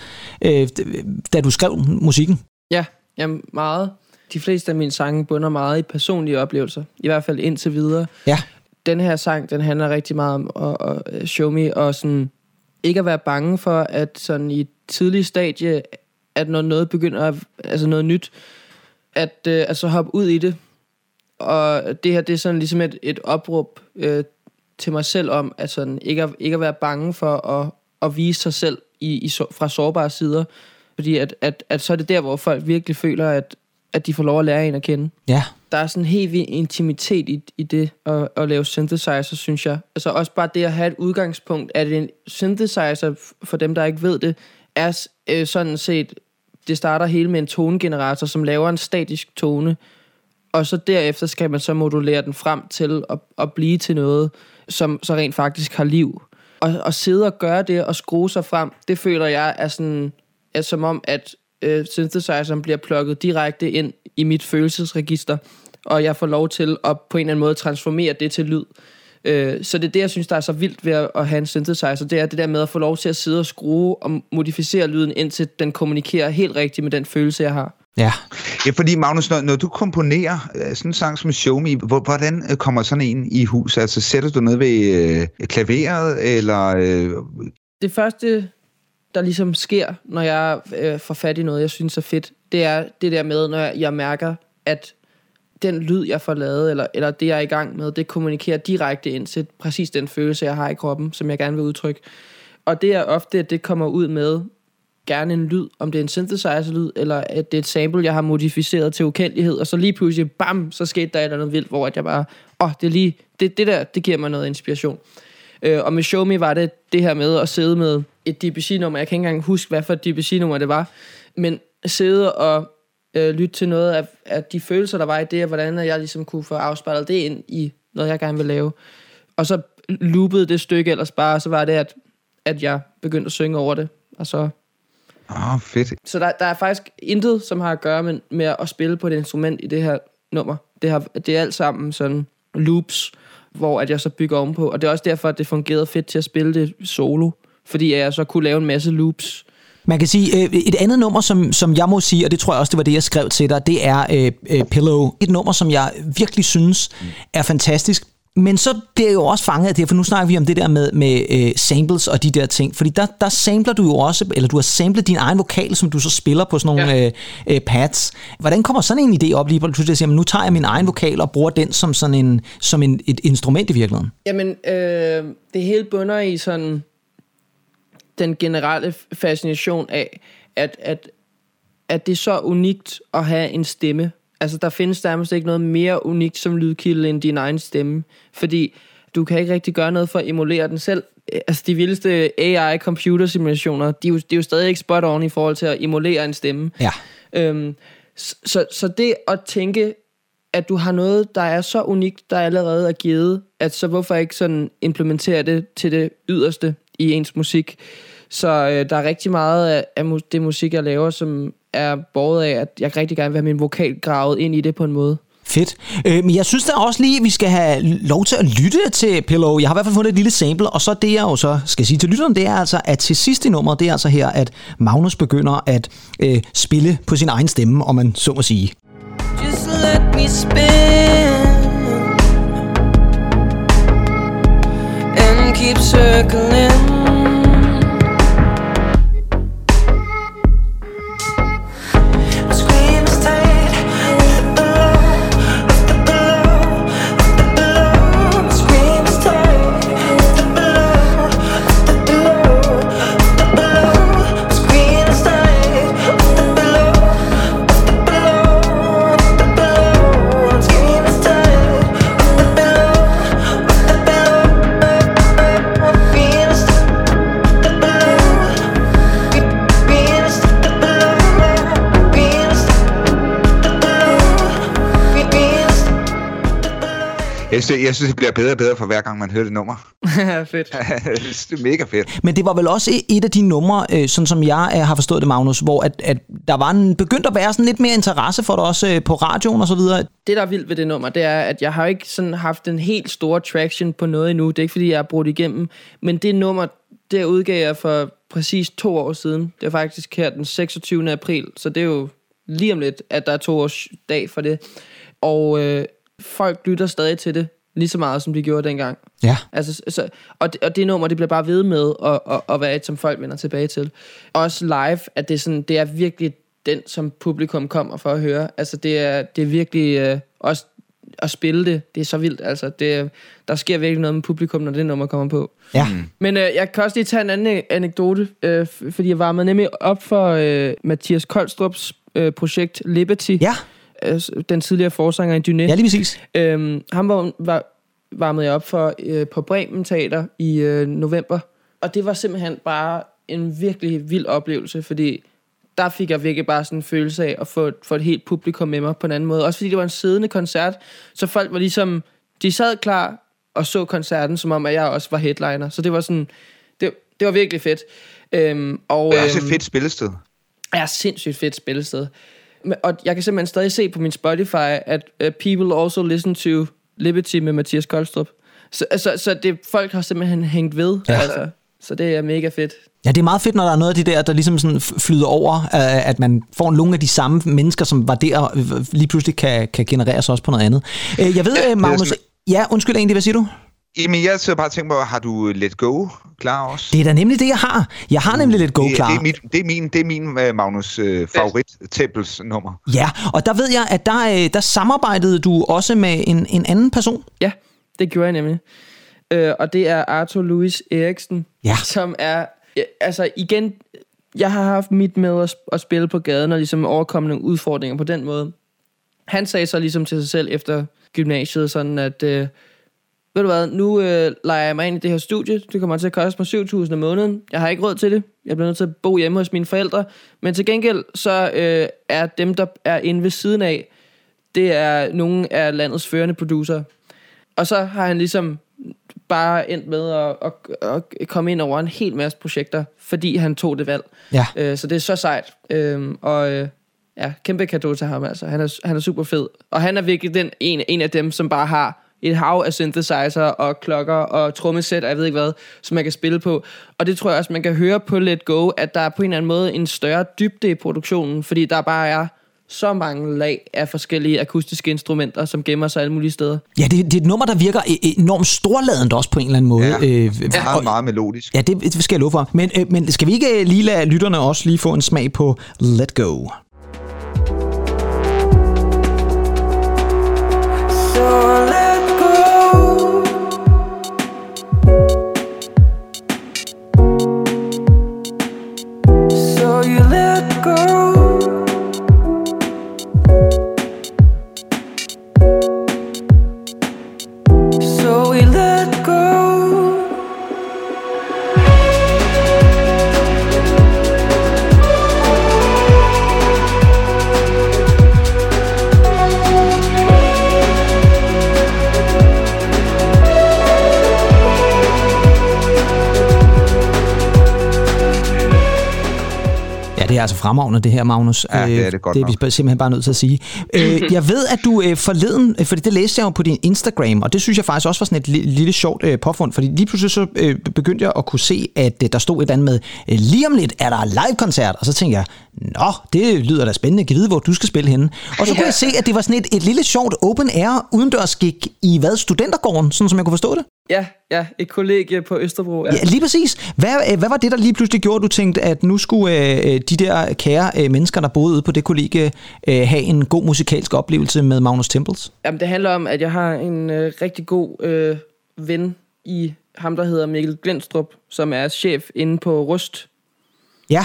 da du skrev musikken.
Ja, jamen meget. De fleste af mine sange bunder meget i personlige oplevelser. I hvert fald indtil videre. Ja. Den her sang, den handler rigtig meget om at show me, og sådan ikke at være bange for, at sådan i et tidligt stadie, at når noget begynder, altså noget nyt, at altså hoppe ud i det. Og det her, det er sådan ligesom et opråb til mig selv om, at sådan ikke at være bange for at vise sig selv fra sårbare sider. Fordi at så er det der, hvor folk virkelig føler, at de får lov at lære en at kende.
Ja,
der er sådan helt vild intimitet i det at lave synthesizer, synes jeg. Altså også bare det at have et udgangspunkt, at en synthesizer, for dem der ikke ved det, er sådan set, det starter hele med en tonegenerator, som laver en statisk tone, og så derefter skal man så modulere den frem til at blive til noget, som så rent faktisk har liv. Og sidde og gøre det og skrue sig frem, det føler jeg er sådan, som om at synthesizeren bliver plugget direkte ind i mit følelsesregister, og jeg får lov til at på en eller anden måde transformere det til lyd. Så det er det, jeg synes, der er så vildt ved at have en synthesizer. Det er det der med at få lov til at sidde og skrue og modificere lyden, indtil den kommunikerer helt rigtigt med den følelse, jeg har.
Ja, fordi Magnus, når du komponerer sådan en sang som Show Me, hvordan kommer sådan en i hus? Altså sætter du ned ved klaveret, eller?
Det første, der ligesom sker, når jeg får fat i noget, jeg synes er fedt, det er det der med, når jeg mærker, at den lyd, jeg får lavet, eller det, jeg er i gang med, det kommunikerer direkte ind til præcis den følelse, jeg har i kroppen, som jeg gerne vil udtrykke. Og det er ofte, at det kommer ud med gerne en lyd, om det er en synthesizer-lyd, eller at det er et sample, jeg har modificeret til ukendelighed, og så lige pludselig, bam, så skete der et eller andet vildt, hvor at jeg bare, det er lige, det der, det giver mig noget inspiration. Og med Show Me var det her med at sidde med et DBC-nummer, jeg kan ikke engang huske, hvad for et DBC-nummer det var, men sidde og lytte til noget af de følelser, der var i det, og hvordan jeg ligesom kunne få afspejlet det ind i noget, jeg gerne vil lave. Og så loopede det stykke ellers bare, og så var det, at jeg begyndte at synge over det, og så...
fedt.
Så der er faktisk intet, som har at gøre med at spille på et instrument i det her nummer. Det er alt sammen sådan loops, hvor at jeg så bygger ovenpå, og det er også derfor, at det fungerede fedt til at spille det solo, fordi jeg så kunne lave en masse loops.
Man kan sige, et andet nummer, som jeg må sige, og det tror jeg også, det var det, jeg skrev til dig, det er Pillow. Et nummer, som jeg virkelig synes er fantastisk. Men så bliver jeg jo også fanget af det, for nu snakker vi om det der med samples og de der ting. Fordi der sampler du jo også, eller du har samlet din egen vokal, som du så spiller på sådan nogle pads. Hvordan kommer sådan en idé op lige pludselig at sige, nu tager jeg min egen vokal og bruger den som et instrument i virkeligheden?
Jamen, det hele bunder i sådan den generelle fascination af, at det er så unikt at have en stemme. Altså, der findes nærmest ikke noget mere unikt som lydkilde end din egen stemme. Fordi du kan ikke rigtig gøre noget for at emulere den selv. Altså, de vildeste AI-computersimulationer, de er jo stadig ikke spot on i forhold til at emulere en stemme.
Ja.
Så det at tænke, at du har noget, der er så unikt, der allerede er givet, at så hvorfor ikke sådan implementere det til det yderste i ens musik? Så der er rigtig meget af det musik, jeg laver, som er båret af, at jeg rigtig gerne vil have min vokal gravet ind i det på en måde.
Fedt. Men jeg synes da også lige, at vi skal have lov til at lytte til Pillow. Jeg har i hvert fald fundet et lille sample, og så det, jeg jo så skal sige til lytteren, det er altså, at til sidst i nummeret, det er altså her, at Magnus begynder at spille på sin egen stemme, om man så må sige. Just let me spin and keep circling.
Jeg synes, det bliver bedre og bedre for hver gang, man hører det nummer.
Fedt.
Det er mega fedt.
Men det var vel også et af de numre, sådan som jeg har forstået det, Magnus, hvor at der var begyndt at være sådan lidt mere interesse for det også på radioen og så videre.
Det, der er vildt ved det nummer, det er, at jeg har ikke sådan haft en helt stor traction på noget endnu. Det er ikke, fordi jeg har brugt igennem. Men det nummer, det udgav jeg for præcis 2 år siden. Det er faktisk her den 26. april, så det er jo lige om lidt, at der er 2 års dag for det. Og folk lytter stadig til det, lige så meget, som de gjorde dengang.
Ja.
Altså, og det nummer, det bliver bare ved med at være et, som folk vender tilbage til. Også live, at det er virkelig den, som publikum kommer for at høre. Altså, det er virkelig også at spille det. Det er så vildt, altså. Der sker virkelig noget med publikum, når det nummer kommer på.
Ja.
Men jeg kan også lige tage en anden anekdote, fordi jeg varmede nemlig op for Mathias Koldstrups projekt Liberty.
Ja.
den tidligere forsanger i Dyné.
Ja, lige præcis.
Ham varmede jeg op for på Bremen Teater i november. Og det var simpelthen bare en virkelig vild oplevelse, fordi der fik jeg virkelig bare sådan en følelse af at få et helt publikum med mig på en anden måde. Også fordi det var en siddende koncert, så folk var ligesom, de sad klar og så koncerten, som om at jeg også var headliner. Så det var sådan, det var virkelig fedt. Og,
det er også et fedt spillested.
Ja, sindssygt fedt spillested. Og jeg kan simpelthen stadig se på min Spotify, at people also listen to Liberty med Mathias Kolstrup. Så det, folk har simpelthen hængt ved. Ja. Altså. Så det er mega fedt.
Ja, det er meget fedt, når der er noget af det der ligesom sådan flyder over, at man får nogle af de samme mennesker, som var der, lige pludselig kan genereres også på noget andet. Jeg ved, Magnus... Ja, undskyld egentlig, hvad siger du?
Jamen, jeg så bare tænkt på, har du Let Go klar også?
Det er da nemlig det, jeg har. Jeg har nemlig Let Go klar.
Det er min Magnus favorit nummer.
Ja, og der ved jeg, at der samarbejdede du også med en anden person.
Ja, det gjorde jeg nemlig. Og det er Arthur Louis Eriksen, som er... Altså igen, jeg har haft mit med at spille på gaden og ligesom overkomme nogle udfordringer på den måde. Han sagde så ligesom til sig selv efter gymnasiet sådan, at ved du hvad, nu leger jeg mig ind i det her studie. Det kommer til at koste mig 7.000 om måneden. Jeg har ikke råd til det. Jeg bliver nødt til at bo hjemme hos mine forældre. Men til gengæld så er dem, der er inde ved siden af, det er nogle af landets førende producer. Og så har han ligesom bare endt med at komme ind over en hel masse projekter, fordi han tog det valg. Ja. Så det er så sejt. Ja, kæmpe cadeau til ham. Altså. Han er super fed. Og han er virkelig en af dem, som bare har et hav af synthesizer og klokker og trommesæt, og jeg ved ikke hvad, som man kan spille på. Og det tror jeg også, man kan høre på Let Go, at der er på en eller anden måde en større dybde i produktionen, fordi der bare er så mange lag af forskellige akustiske instrumenter, som gemmer sig alle mulige steder. Ja,
det er et nummer, der virker enormt storladent også på en eller anden måde.
Ja, meget melodisk.
Ja, det skal jeg love for. Men skal vi ikke lige lade lytterne også lige få en smag på Let Go? So let go. So you let go. Det er altså fremragende, det her, Magnus.
Ja, det er det godt.
Det er vi simpelthen bare nødt til at sige. Jeg ved, at du forleden, fordi det læste jeg jo på din Instagram, og det synes jeg faktisk også var sådan et lille sjovt påfund, fordi lige pludselig så begyndte jeg at kunne se, at der stod et eller andet med, lige om lidt er der live-koncert, og så tænkte jeg, nå, det lyder da spændende, kan vide, hvor du skal spille henne. Og så kunne jeg se, at det var sådan et lille sjovt open-air udendørsgig i Studentergården, sådan som jeg kunne forstå det.
Ja, et kollegie på Østerbro. Ja,
lige præcis. Hvad var det, der lige pludselig gjorde, du tænkte, at nu skulle de der kære mennesker, der boede ude på det kollegie, have en god musikalsk oplevelse med Magnus Tempels?
Jamen, det handler om, at jeg har en rigtig god ven i ham, der hedder Mikkel Glendstrup, som er chef inde på Rust.
Ja.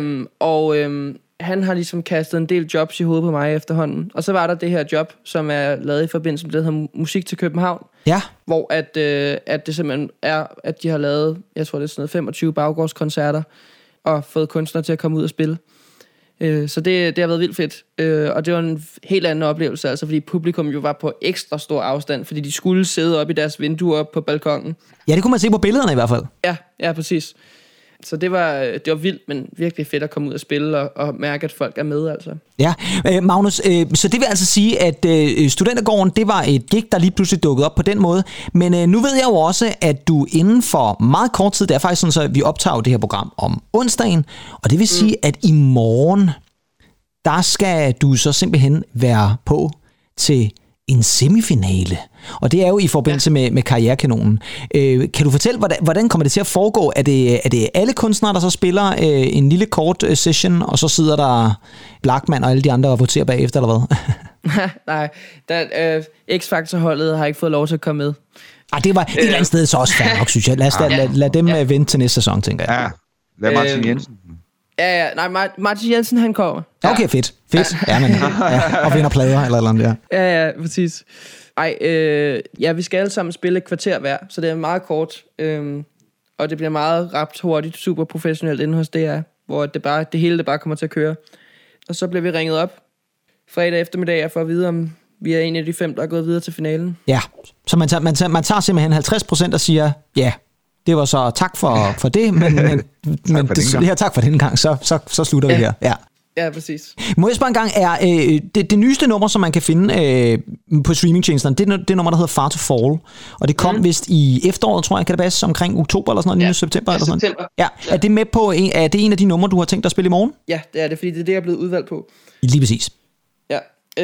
Han har ligesom kastet en del jobs i hovedet på mig efterhånden. Og så var der det her job, som er lavet i forbindelse med det, der hedder Musik til København.
Ja.
Hvor at det simpelthen er, at de har lavet, jeg tror det er sådan noget 25 baggårdskoncerter, og fået kunstnere til at komme ud og spille. Så det har været vildt fedt. Og det var en helt anden oplevelse, altså fordi publikum jo var på ekstra stor afstand, fordi de skulle sidde op i deres vinduer på balkongen.
Ja, det kunne man se på billederne i hvert fald.
Ja, præcis. Så det var vildt, men virkelig fedt at komme ud og spille og mærke, at folk er med, altså.
Ja, Magnus, så det vil altså sige, at Studentergården, det var et gig, der lige pludselig dukkede op på den måde. Men nu ved jeg jo også, at du inden for meget kort tid, det er faktisk sådan, så vi optager det her program om onsdagen, og det vil sige, at i morgen, der skal du så simpelthen være på til en semifinale. Og det er jo i forbindelse med Karrierekanonen. Kan du fortælle, hvordan kommer det til at foregå? Er det alle kunstnere, der så spiller en lille kort session, og så sidder der Blackman og alle de andre og voterer bagefter, eller hvad?
Nej, X-Factor-holdet har ikke fået lov til at komme med.
Det var et eller andet sted så også fair nok, synes jeg. Lad dem vente til næste sæson, tænker jeg.
Ja, lad Martin Jensen.
Ja. Nej, Martin Jensen, han kommer.
Ja. Okay, fedt. Ja, men, og vinder plader eller andet, ja.
Ja, præcis. Vi skal alle sammen spille et kvarter hver, så det er meget kort. Og det bliver meget rapt hurtigt, super professionelt inde hos DR, hvor det hele bare kommer til at køre. Og så bliver vi ringet op fredag eftermiddag for at vide, om vi er en af de 5, der er gået videre til finalen. Ja,
så man tager simpelthen 50% og siger, ja, det var så tak for det, men tak for den gang, så slutter vi her.
Ja, præcis.
Må jeg spørge en gang, er det nyeste nummer, som man kan finde på streamingtjenesterne, det nummer, der hedder Far to Fall, og det kom vist i efteråret, tror jeg, kan det passe, omkring oktober eller sådan noget, september eller sådan noget. Ja, er det med på, er det en af de numre, du har tænkt dig at spille i morgen?
Ja, det er det, fordi det er det, jeg er blevet udvalgt på.
Lige præcis.
Ja,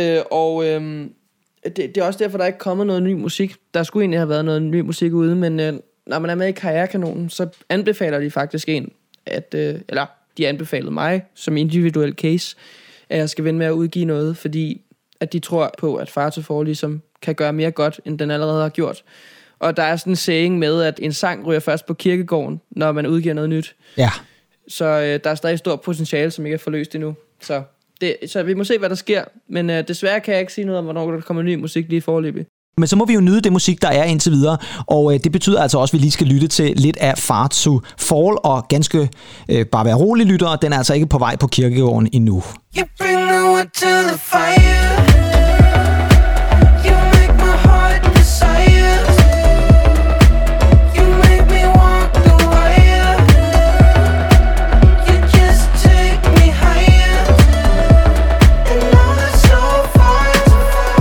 det er også derfor, der er ikke kommet noget ny musik. Der skulle egentlig have været noget ny musik ude, men når man er med i Karrierekanonen, så anbefaler de faktisk de anbefalede mig som individuel case, at jeg skal vende med at udgive noget, fordi at de tror på, at Far to Fall ligesom kan gøre mere godt, end den allerede har gjort. Og der er sådan en saying med, at en sang ryger først på kirkegården, når man udgiver noget nyt.
Ja.
Så der er stadig stort potentiale, som ikke er forløst endnu. Så vi må se, hvad der sker. Men desværre kan jeg ikke sige noget om, hvornår der kommer ny musik lige foreløbig.
Men så må vi jo nyde det musik, der er indtil videre, og det betyder altså også, at vi lige skal lytte til lidt af Far to Fall, og ganske bare være rolig lyttere, den er altså ikke på vej på kirkegården endnu. You bring the wood to the fire. You make my heart desire. You make me walk the wire. You just take me higher. And now it's so far to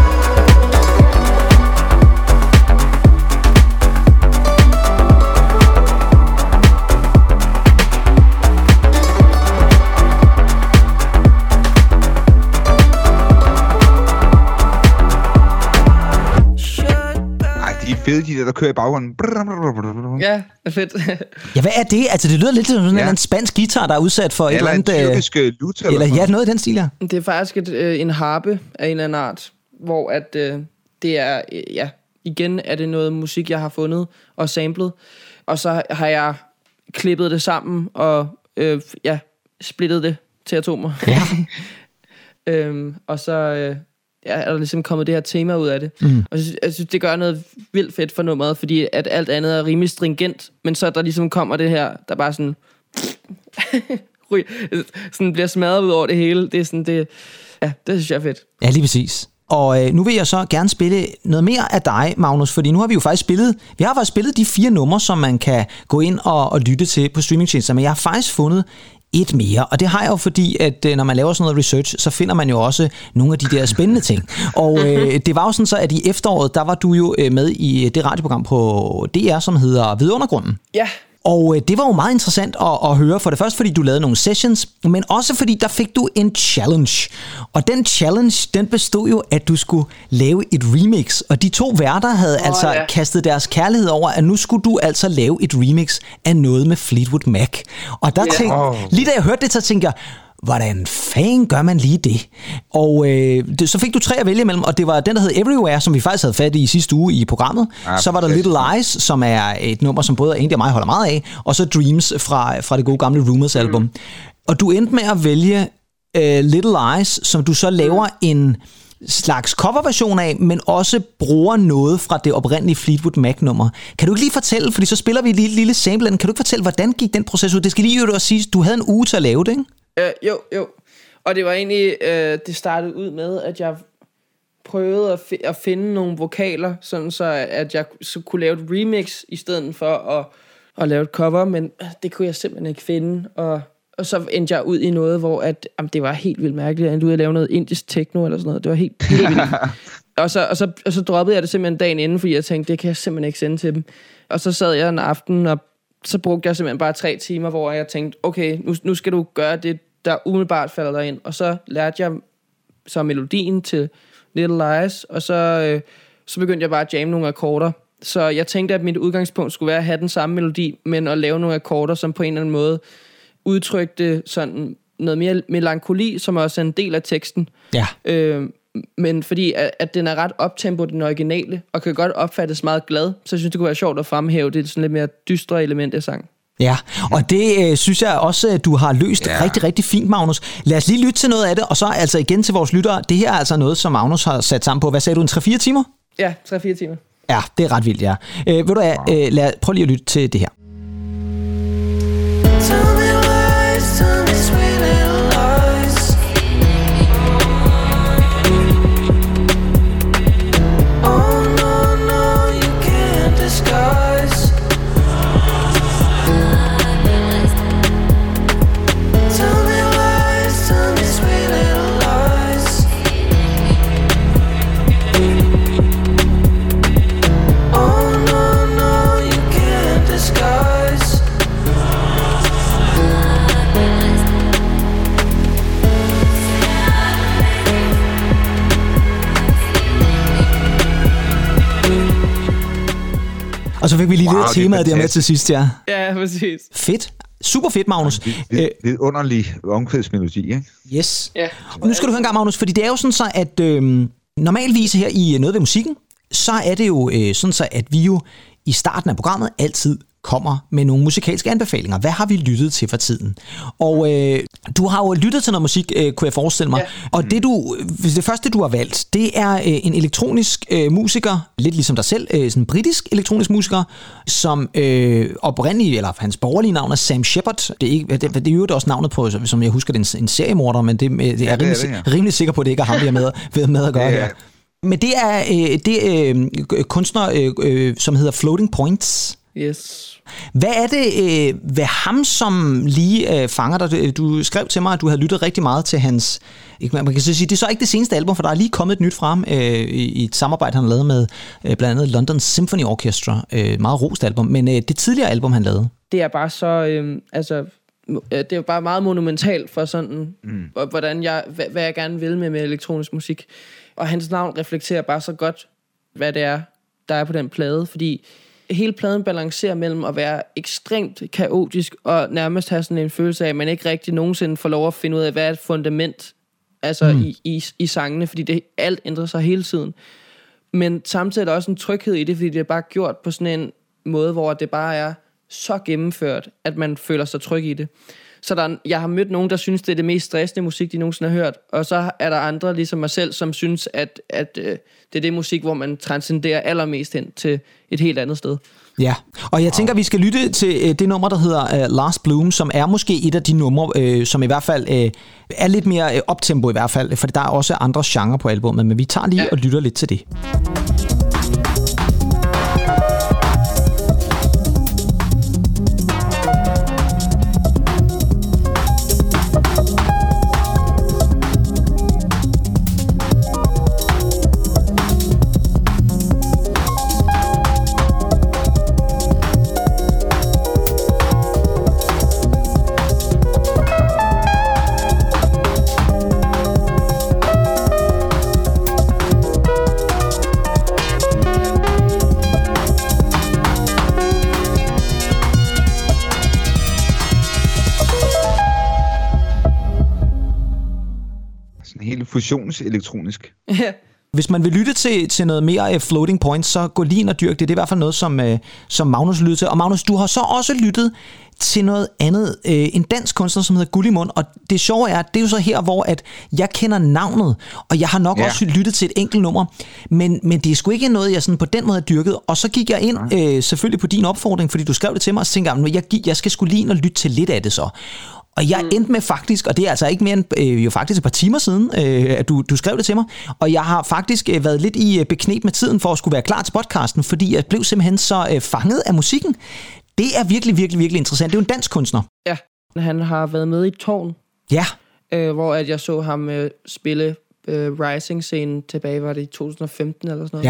fede, de der kører i baggrunden.
Ja, det er fedt.
Ja, hvad er det? Altså, det lyder lidt som sådan en spansk guitar, der er udsat for et eller andet...
Eller en tyrkisk lut.
Eller noget i den stil, ja.
Det er faktisk en harpe af en eller anden art, hvor at, det er... igen er det noget musik, jeg har fundet og samlet. Og så har jeg klippet det sammen og splittet det til atomer.
Ja.
Og så... er der ligesom kommet det her tema ud af det. Og jeg synes, det gør noget vildt fedt for nummeret, fordi at alt andet er rimelig stringent, men så der ligesom kommer det her, der bare sådan sådan bliver smadret ud over det hele. Det er sådan, det synes jeg er fedt.
Ja, lige præcis. Og nu vil jeg så gerne spille noget mere af dig, Magnus, fordi nu har vi jo faktisk spillet de 4 numre, som man kan gå ind og lytte til på streamingtjenester, men jeg har faktisk fundet et mere, og det har jeg jo fordi, at når man laver sådan noget research, så finder man jo også nogle af de der spændende ting. Og det var jo sådan så, at i efteråret, der var du jo med i det radioprogram på DR, som hedder Vidundergrunden.
Ja.
Og det var jo meget interessant at høre, for det første fordi du lavede nogle sessions, men også fordi der fik du en challenge. Og den challenge, den bestod jo, at du skulle lave et remix. Og de 2 værter havde kastet deres kærlighed over, at nu skulle du altså lave et remix af noget med Fleetwood Mac. Og der lige da jeg hørte det, så tænkte jeg, hvordan fanden gør man lige det? Og så fik du 3 at vælge imellem, og det var den, der hed Everywhere, som vi faktisk havde fat i sidste uge i programmet. Ja, så var der Little Lies, som er et nummer, som både Andy og mig holder meget af, og så Dreams fra det gode gamle Rumours album. Og du endte med at vælge Little Lies, som du så laver en slags coverversion af, men også bruger noget fra det oprindelige Fleetwood Mac-nummer. Kan du ikke lige fortælle, fordi så spiller vi lige et lille sample, kan du ikke fortælle, hvordan gik den proces ud? Det skal lige jo sige, du havde en uge til at lave det, ikke?
Jo. Og det var egentlig, det startede ud med, at jeg prøvede at finde nogle vokaler, sådan så at jeg så kunne lave et remix, i stedet for at lave et cover, men det kunne jeg simpelthen ikke finde, og så endte jeg ud i noget, hvor det var helt vildt mærkeligt, jeg endte ud at lave noget indisk techno eller sådan noget, det var helt vildt. og så droppede jeg det simpelthen dagen inden, fordi jeg tænkte, det kan jeg simpelthen ikke sende til dem. Og så sad jeg en aften, og så brugte jeg simpelthen bare 3 timer, hvor jeg tænkte, okay, nu skal du gøre det, der umiddelbart falder dig ind. Og så lærte jeg så melodien til Little Lies, og så begyndte jeg bare at jamme nogle akkorder. Så jeg tænkte, at mit udgangspunkt skulle være at have den samme melodi, men at lave nogle akkorder, som på en eller anden måde udtrykte sådan noget mere melankoli, som også er en del af teksten.
Ja.
Men fordi at den er ret optempo, den originale, og kan godt opfattes meget glad, så jeg synes, det kunne være sjovt at fremhæve det sådan lidt mere dystre element af sang.
Ja, og det synes jeg også, at du har løst rigtig, rigtig fint, Magnus. Lad os lige lytte til noget af det, og så altså igen til vores lyttere. Det her er altså noget, som Magnus har sat sammen på. Hvad sagde du, en 3-4 timer?
Ja, 3-4 timer.
Ja, det er ret vildt, ja. Ved du hvad, prøv lige at lytte til det her. Og så fik vi lige det temaet der med til sidst, ja.
Ja, præcis.
Fedt. Super fedt, Magnus.
Underlig omkvædsmelodi, ikke?
Yes. Ja. Nu skal du høre en gang, Magnus, fordi det er jo sådan så, at normalvis her i Noget ved musikken, så er det jo sådan så, at vi jo i starten af programmet altid kommer med nogle musikalske anbefalinger. Hvad har vi lyttet til for tiden? Og du har jo lyttet til noget musik, kunne jeg forestille mig. Ja. Og det første, du har valgt, det er en elektronisk musiker, lidt ligesom dig selv, sådan en britisk elektronisk musiker, som oprindeligt, eller hans borgerlige navn er Sam Shepard. Det er jo også navnet på, som jeg husker, det er en seriemorder, men det er rimelig sikker på, at det ikke er ham, vi har med at gøre her. Men det er kunstner, som hedder Floating Points.
Yes.
Hvad er det ved ham, som lige fanger dig? Du skrev til mig, at du havde lyttet rigtig meget til hans... Man kan så sige, det er så ikke det seneste album, for der er lige kommet et nyt fra ham i et samarbejde, han har lavet med blandt andet London Symphony Orchestra. Meget rost album, men det tidligere album, han lavede.
Det er bare så... det er bare meget monumentalt for sådan, hvad jeg gerne vil med elektronisk musik. Og hans navn reflekterer bare så godt, hvad det er, der er på den plade, fordi hele pladen balancerer mellem at være ekstremt kaotisk og nærmest have sådan en følelse af, at man ikke rigtig nogensinde får lov at finde ud af, hvad er et fundament i sangene, fordi alt ændrer sig hele tiden. Men samtidig er der også en tryghed i det, fordi det er bare gjort på sådan en måde, hvor det bare er så gennemført, at man føler sig tryg i det. Så jeg har mødt nogen, der synes, det er det mest stressende musik, de nogensinde har hørt. Og så er der andre, ligesom mig selv, som synes, at det er det musik, hvor man transcenderer allermest hen til et helt andet sted.
Ja, og jeg tænker, at vi skal lytte til det nummer, der hedder Last Bloom, som er måske et af de numre, som i hvert fald er lidt mere optempo i hvert fald, for der er også andre genrer på albumet, men vi tager lige og lytter lidt til det.
Fusionselektronisk.
Hvis man vil lytte til noget mere Floating Points, så gå lige ind og dyrk det. Det er i hvert fald noget, som Magnus lyttede til. Og Magnus, du har så også lyttet til noget andet. En dansk kunstner, som hedder Gullimund. Og det sjove er, det er jo så her, hvor at jeg kender navnet, og jeg har nok også lyttet til et enkelt nummer. Men det er sgu ikke noget, jeg sådan på den måde har dyrket. Og så gik jeg ind, selvfølgelig på din opfordring, fordi du skrev det til mig, og så tænkte jeg skal sgu lige ind og lytte til lidt af det så. Og jeg endte med faktisk, og det er altså ikke mere end jo faktisk et par timer siden, at du skrev det til mig, og jeg har faktisk været lidt i bekneb med tiden for at skulle være klar til podcasten, fordi jeg blev simpelthen så fanget af musikken. Det er virkelig, virkelig, virkelig interessant. Det er jo en dansk kunstner. Ja.
Han har været med i Tårn.
Ja.
Hvor at jeg så ham spille Rising-scenen tilbage, var det i 2015 eller sådan noget.
Ja.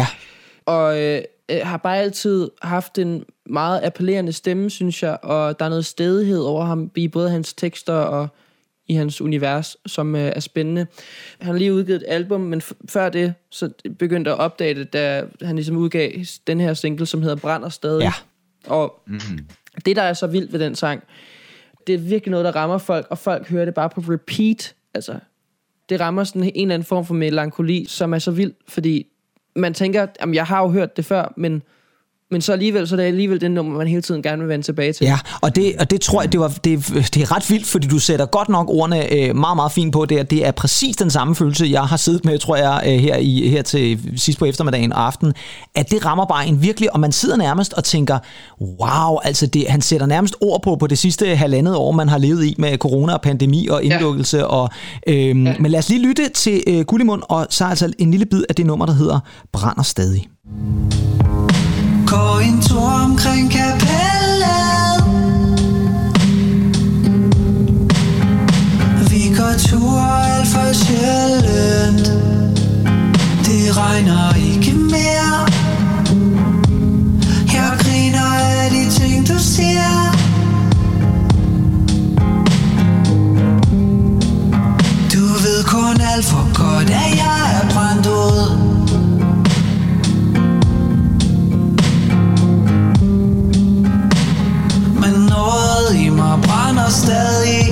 Og har bare altid haft en meget appellerende stemme, synes jeg, og der er noget stedighed over ham i både hans tekster og i hans univers, som er spændende. Han har lige udgivet et album, men før det, så begyndte at opdage det, da han ligesom udgav den her single, som hedder Brænder Stadig.
Ja.
Og det, der er så vildt ved den sang, det er virkelig noget, der rammer folk, og folk hører det bare på repeat. Altså, det rammer sådan en eller anden form for melankoli, som er så vild, fordi man tænker, jamen jeg har jo hørt det før, men Men så alligevel, så er det alligevel det nummer, man hele tiden gerne vil vende tilbage til.
Ja, og det tror jeg, det er ret vildt, fordi du sætter godt nok ordene meget, meget fint på det, og det er præcis den samme følelse, jeg har siddet med, tror jeg, her til sidst på eftermiddagen og aften, at det rammer bare en virkelig, og man sidder nærmest og tænker, wow, altså han sætter nærmest ord på det sidste 1,5 år, man har levet i med corona og pandemi og indlukkelse, og, men lad os lige lytte til Guld i mund, og så altså en lille bid af det nummer, der hedder Brænder stadig.
Gå en tur omkring kapellet. Vi går tur alt for sjældent. Det regner ikke mere. Jeg griner af de ting du siger. Du ved kun alt for godt, at jeg er brændt ud. Stadig.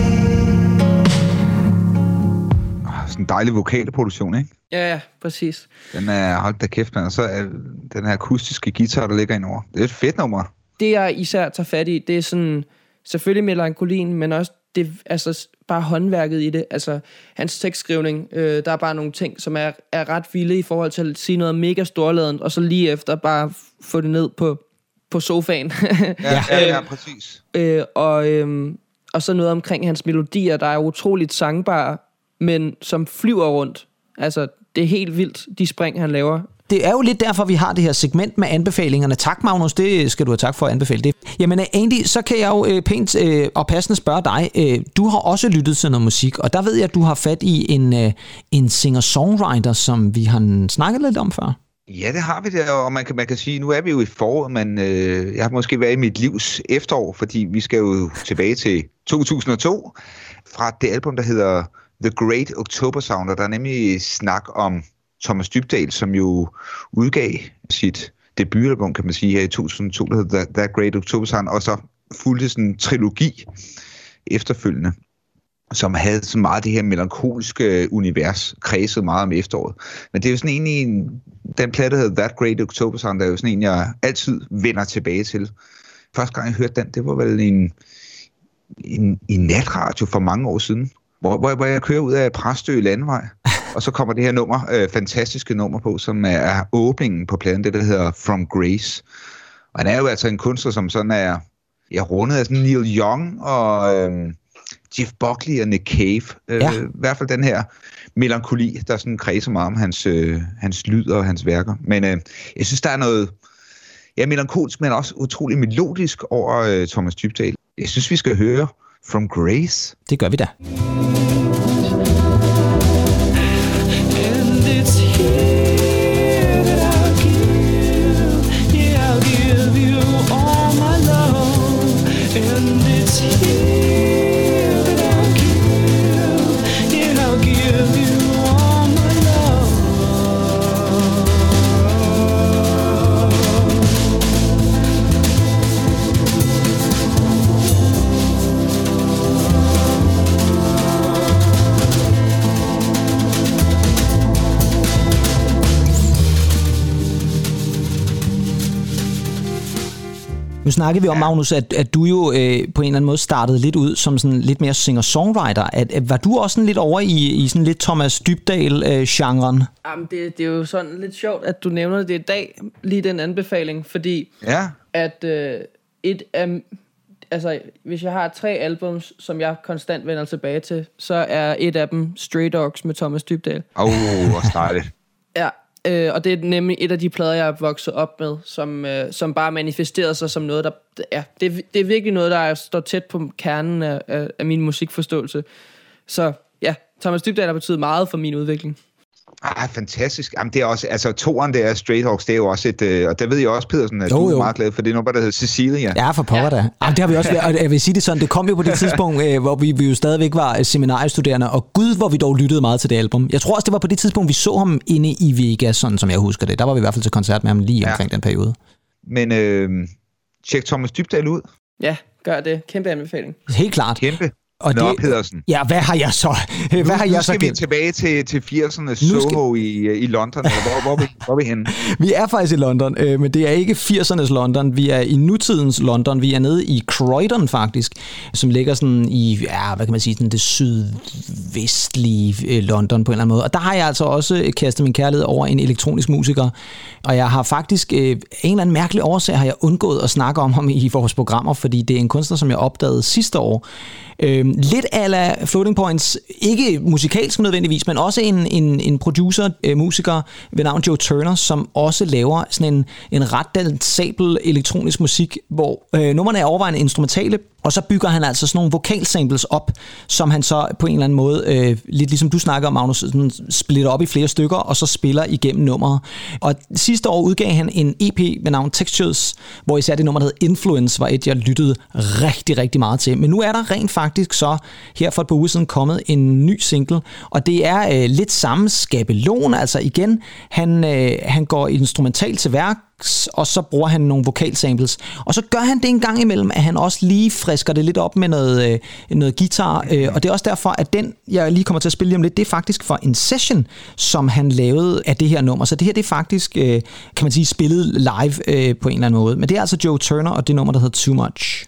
Sådan en dejlig vokalproduktion, ikke?
Ja, præcis.
Den er, hold da kæft, og så er den her akustiske guitar, der ligger indover. Det er et fedt nummer.
Det jeg især tager fat i, det er sådan, selvfølgelig melankolien, men også det, altså bare håndværket i det. Altså hans tekstskrivning, der er bare nogle ting, som er ret vilde i forhold til at sige noget mega storladent, og så lige efter bare få det ned på sofaen.
ja, præcis.
Og så noget omkring hans melodier, der er utroligt sangbare, men som flyver rundt. Altså, det er helt vildt, de spring, han laver.
Det er jo lidt derfor, vi har det her segment med anbefalingerne. Tak, Magnus, det skal du have tak for at anbefale det. Jamen, Andy, så kan jeg jo pænt og passende spørge dig. Du har også lyttet til noget musik, og der ved jeg, at du har fat i en singer-songwriter, som vi har snakket lidt om før.
Ja, det har vi der, og man kan sige, nu er vi jo i foråret, men jeg har måske været i mit livs efterår, fordi vi skal jo tilbage til 2002 fra det album, der hedder The Great October Sound, og der er nemlig snak om Thomas Dybdahl, som jo udgav sit debutalbum, kan man sige, her i 2002, der hedder The Great October Sound, og så fulgte sådan en trilogi efterfølgende, som havde så meget det her melankoliske univers, kredset meget om efteråret. Men det er jo sådan egentlig, den plade, der hedder That Great October Sound, der er jo sådan en, jeg altid vender tilbage til. Første gang, jeg hørte den, det var vel en natradio for mange år siden, hvor jeg kører ud af Præstø Landevej, og så kommer det her nummer, fantastiske nummer på, som er åbningen på pladen, det der hedder From Grace. Og han er jo altså en kunstner, som sådan er rundet af sådan Neil Young og Jeff Buckley og Nick Cave. I hvert fald den her melankoli, der sådan kredser meget om hans lyd og hans værker. Men jeg synes, der er noget melankolisk, men også utrolig melodisk over Thomas Dybdahl. Jeg synes, vi skal høre From Grace.
Det gør vi da. Nu snakker vi om, Magnus, at du jo på en eller anden måde startede lidt ud som sådan lidt mere singer-songwriter. Var du også sådan lidt over i sådan lidt Thomas Dybdahl-genren?
Jamen, det er jo sådan lidt sjovt, at du nævner det i dag, lige den anbefaling, fordi at hvis jeg har 3 albums, som jeg konstant vender tilbage til, så er et af dem Stray Dogs med Thomas Dybdahl.
Hvor startet.
Ja. Og det er nemlig et af de plader, jeg er vokset op med, som bare manifesterede sig som noget, der... Ja, det er virkelig noget, der står tæt på kernen af min musikforståelse. Så ja, Thomas Dybdahl har betydet meget for min udvikling.
Fantastisk. Jamen, det er også, altså toeren der, Stray Dogs, det er jo også et, og der ved jeg også, Pedersen, at du er meget glad for det nummer, der hedder Cecilia.
Ja, for pokker da. Jamen, det har vi også været, og jeg vil sige det sådan, det kom jo på det tidspunkt, hvor vi jo stadigvæk var seminariestuderende, og gud, hvor vi dog lyttede meget til det album. Jeg tror også, det var på det tidspunkt, vi så ham inde i Vegas, sådan som jeg husker det. Der var vi i hvert fald til koncert med ham lige omkring den periode.
Men tjek Thomas Dybdahl ud.
Ja, gør det. Kæmpe anbefaling.
Helt klart.
Kæmpe. Nå, Pedersen.
Ja, hvad har jeg så?
Nu skal vi tilbage til 80'erne Soho i London. Hvor er vi henne?
Vi er faktisk i London, men det er ikke 80'ernes London. Vi er i nutidens London. Vi er nede i Croydon faktisk, som ligger sådan i, hvad kan man sige, sådan det sydvestlige London på en eller anden måde. Og der har jeg altså også kastet min kærlighed over en elektronisk musiker. Og jeg har faktisk en eller anden mærkelig årsag har jeg undgået at snakke om ham i vores programmer, fordi det er en kunstner, som jeg opdagede sidste år. Lidt a la Floating Points, ikke musikalsk nødvendigvis, men også en producer, musiker ved navn Joe Turner, som også laver sådan en ret dansabel elektronisk musik, hvor numrene er overvejende instrumentale, og så bygger han altså sådan nogle vokalsamples op, som han så på en eller anden måde, lidt ligesom du snakker om, Magnus, sådan splitter op i flere stykker, og så spiller igennem nummeret. Og sidste år udgav han en EP med navn Textures, hvor især det nummer, der hed Influence, var et, jeg lyttede rigtig, rigtig meget til. Men nu er der rent faktisk så her for et par uger siden kommet en ny single, og det er lidt samme skabelon, altså igen, han går instrumentalt til værk, og så bruger han nogle vokalsamples. Og så gør han det en gang imellem, at han også lige frisker det lidt op med noget guitar. Og det er også derfor, at den, jeg lige kommer til at spille lige om lidt, det er faktisk for en session, som han lavede af det her nummer. Så det her, det er faktisk, kan man sige, spillet live på en eller anden måde. Men det er altså Joe Turner, og det nummer, der hedder Too Much.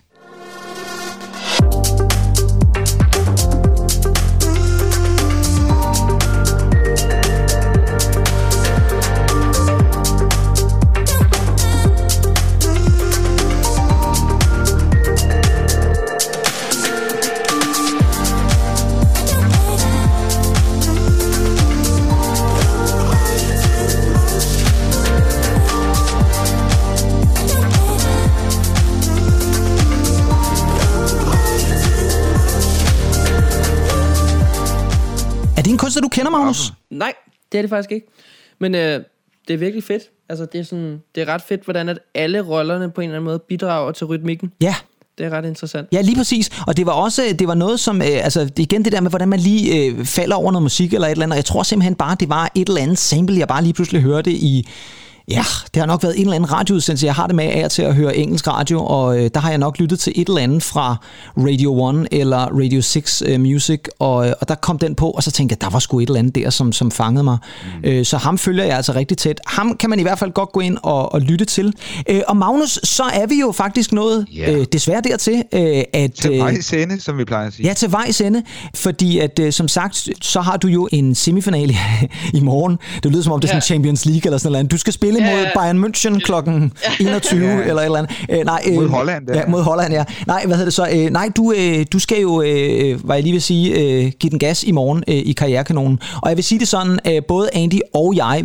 Er det en kunstner, du kender, Magnus?
Nej, det er det faktisk ikke. Men det er virkelig fedt. Altså, det er ret fedt, hvordan at alle rollerne på en eller anden måde bidrager til rytmikken.
Ja.
Det er ret interessant.
Ja, lige præcis. Og det var noget som, igen det der med, hvordan man lige falder over noget musik eller et eller andet. Jeg tror simpelthen bare, det var et eller andet sample, jeg bare lige pludselig hørte i... Ja, det har nok været en eller anden radioudsendelse. Jeg har det med af til at høre engelsk radio, og der har jeg nok lyttet til et eller andet fra Radio 1 eller Radio 6 Music, og der kom den på, og så tænkte jeg, der var sgu et eller andet der, som fangede mig. Så ham følger jeg altså rigtig tæt. Ham kan man i hvert fald godt gå ind og lytte til. Og Magnus, så er vi jo faktisk nået desværre dertil, at...
Til vejs ende, som vi plejer at sige.
Ja, til vejs ende, fordi at som sagt, så har du jo en semifinale i morgen. Det lyder som om det er sådan Champions League eller sådan noget. Du skal spille mod Bayern München klokken 21 eller et eller andet.
Mod Holland.
Ja, mod Holland, ja. Nej, hvad hedder det så? Du skal jo, hvad jeg lige vil sige, give den gas i morgen i Karrierekanonen. Og jeg vil sige det sådan, både Andy og jeg,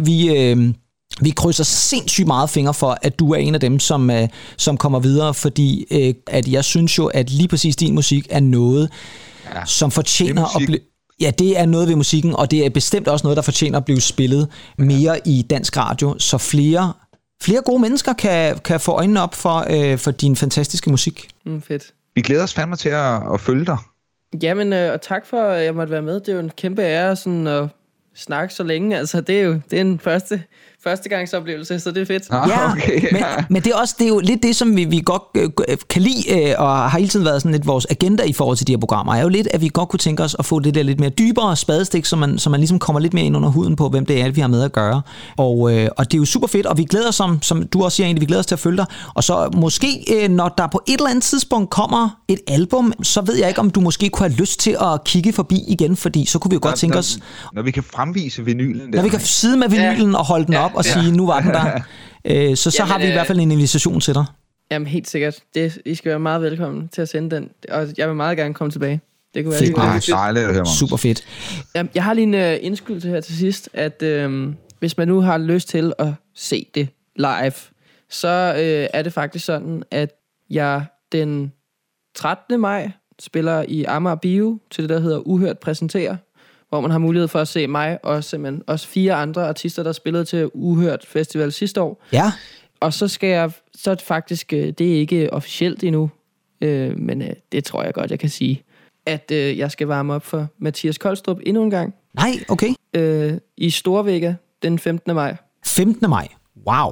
vi krydser sindssygt meget fingre for, at du er en af dem, som kommer videre, fordi at jeg synes jo, at lige præcis din musik er noget, som fortjener at blive... Ja, det er noget ved musikken, og det er bestemt også noget, der fortjener at blive spillet mere i dansk radio, så flere gode mennesker kan få øjnene op for din fantastiske musik.
Fedt.
Vi glæder os fandme til at følge dig.
Jamen, og tak for, at jeg måtte være med. Det er jo en kæmpe ære sådan, at snakke så længe. Altså, det er en førstegangsoplevelse, så det er fedt.
Okay.
Men det er jo lidt det, som vi godt kan lide, og har hele tiden været sådan lidt vores agenda i forhold til de her programmer, er jo lidt, at vi godt kunne tænke os at få det der lidt mere dybere spadestik, så man ligesom kommer lidt mere ind under huden på, hvem det er, vi har med at gøre. Og det er jo super fedt, og vi glæder os, som du også siger egentlig, vi glæder os til at følge dig. Og så måske, når der på et eller andet tidspunkt kommer et album, så ved jeg ikke, om du måske kunne have lyst til at kigge forbi igen, fordi så kunne vi jo godt tænke os...
Når vi kan fremvise vinylen.
Når vi kan sidde med vinylen og holde den op og sige, nu var den der. Så har vi i hvert fald en invitation til dig.
Jamen helt sikkert. I skal være meget velkommen til at sende den. Og jeg vil meget gerne komme tilbage. Det kunne være
fedt. Super fedt.
Jeg har lige en indskydelse her til sidst, at hvis man nu har lyst til at se det live, så er det faktisk sådan, at jeg den 13. maj spiller i Amager Bio til det, der hedder Uhørt Præsenterer, hvor man har mulighed for at se mig og simpelthen også 4 andre artister, der spillede til Uhørt Festival sidste år.
Ja.
Og så skal jeg, så faktisk, det er ikke officielt endnu, men det tror jeg godt, jeg kan sige, at jeg skal varme op for Mathias Kolstrup endnu en gang.
Nej, okay.
I Storvega den 15. maj.
15. maj? Wow.
Ja,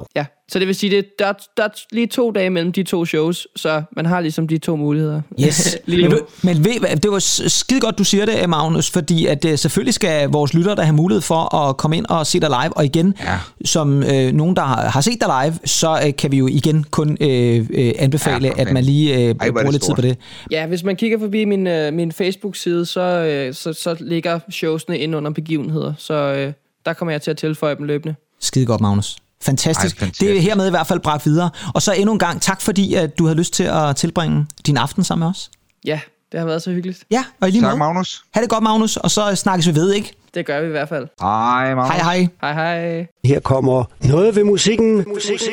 Så det vil sige, der er lige 2 dage mellem de 2 shows, så man har ligesom de 2 muligheder.
Yes. men det var skide godt, du siger det, Magnus, fordi at selvfølgelig skal vores lyttere der have mulighed for at komme ind og se dig live. Og igen, som nogen, der har set dig live, så kan vi jo igen kun anbefale, at man lige bruger lidt tid på det.
Ja, hvis man kigger forbi min Facebook-side, så ligger showsene ind under begivenheder, så der kommer jeg til at tilføje dem løbende.
Skide godt, Magnus. Fantastisk. Det er hermed i hvert fald bragt videre. Og så endnu en gang tak, fordi at du havde lyst til at tilbringe din aften sammen med os.
Ja, det har været så hyggeligt.
Ja, og i lige
måde. Tak, Magnus.
Ha' det godt, Magnus, og så snakkes vi ved, ikke?
Det gør vi i hvert fald.
Hej, Magnus.
Hej.
Hej, hej.
Her kommer noget ved musikken.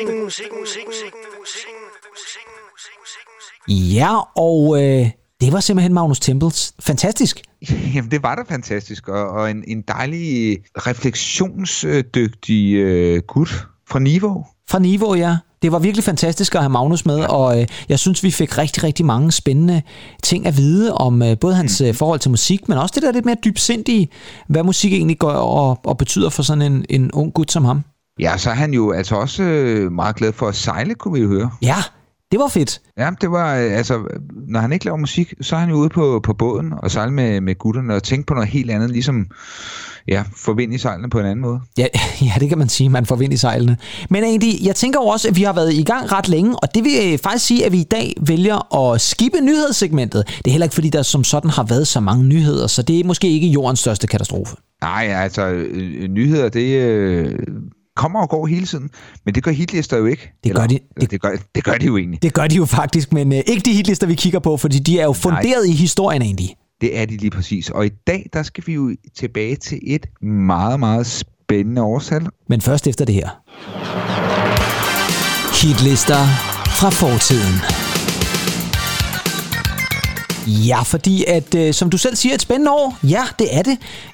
Ja, og det var simpelthen Magnus Tempels. Fantastisk.
Jamen, det var da fantastisk, og en dejlig refleksionsdygtig gut fra Niveau.
Fra Niveau, ja. Det var virkelig fantastisk at have Magnus med, og jeg synes, vi fik rigtig, rigtig mange spændende ting at vide om både hans forhold til musik, men også det der lidt mere dybsindige, hvad musik egentlig går og betyder for sådan en ung gut som ham.
Ja, så er han jo altså også meget glad for at sejle, kunne vi jo høre.
Ja, det var fedt.
Ja, det var, altså, når han ikke laver musik, så er han jo ude på båden og sejle med gutterne og tænke på noget helt andet, ligesom få vind i sejlene på en anden måde.
Ja, det kan man sige, man får vind i sejlene. Men egentlig, jeg tænker også, at vi har været i gang ret længe, og det vil faktisk sige, at vi i dag vælger at skippe nyhedssegmentet. Det er heller ikke, fordi der som sådan har været så mange nyheder, så det er måske ikke jordens største katastrofe.
Nej, altså, nyheder, det kommer og går hele tiden, men det gør hitlister jo ikke. Det gør de jo egentlig.
Det gør de jo faktisk, men ikke de hitlister, vi kigger på, fordi de er jo funderet i historien egentlig.
Det er de lige præcis. Og i dag, der skal vi jo tilbage til et meget, meget spændende årstal.
Men først efter det her. Hitlister fra fortiden. Ja, fordi at, som du selv siger, et spændende år. Ja, det er det.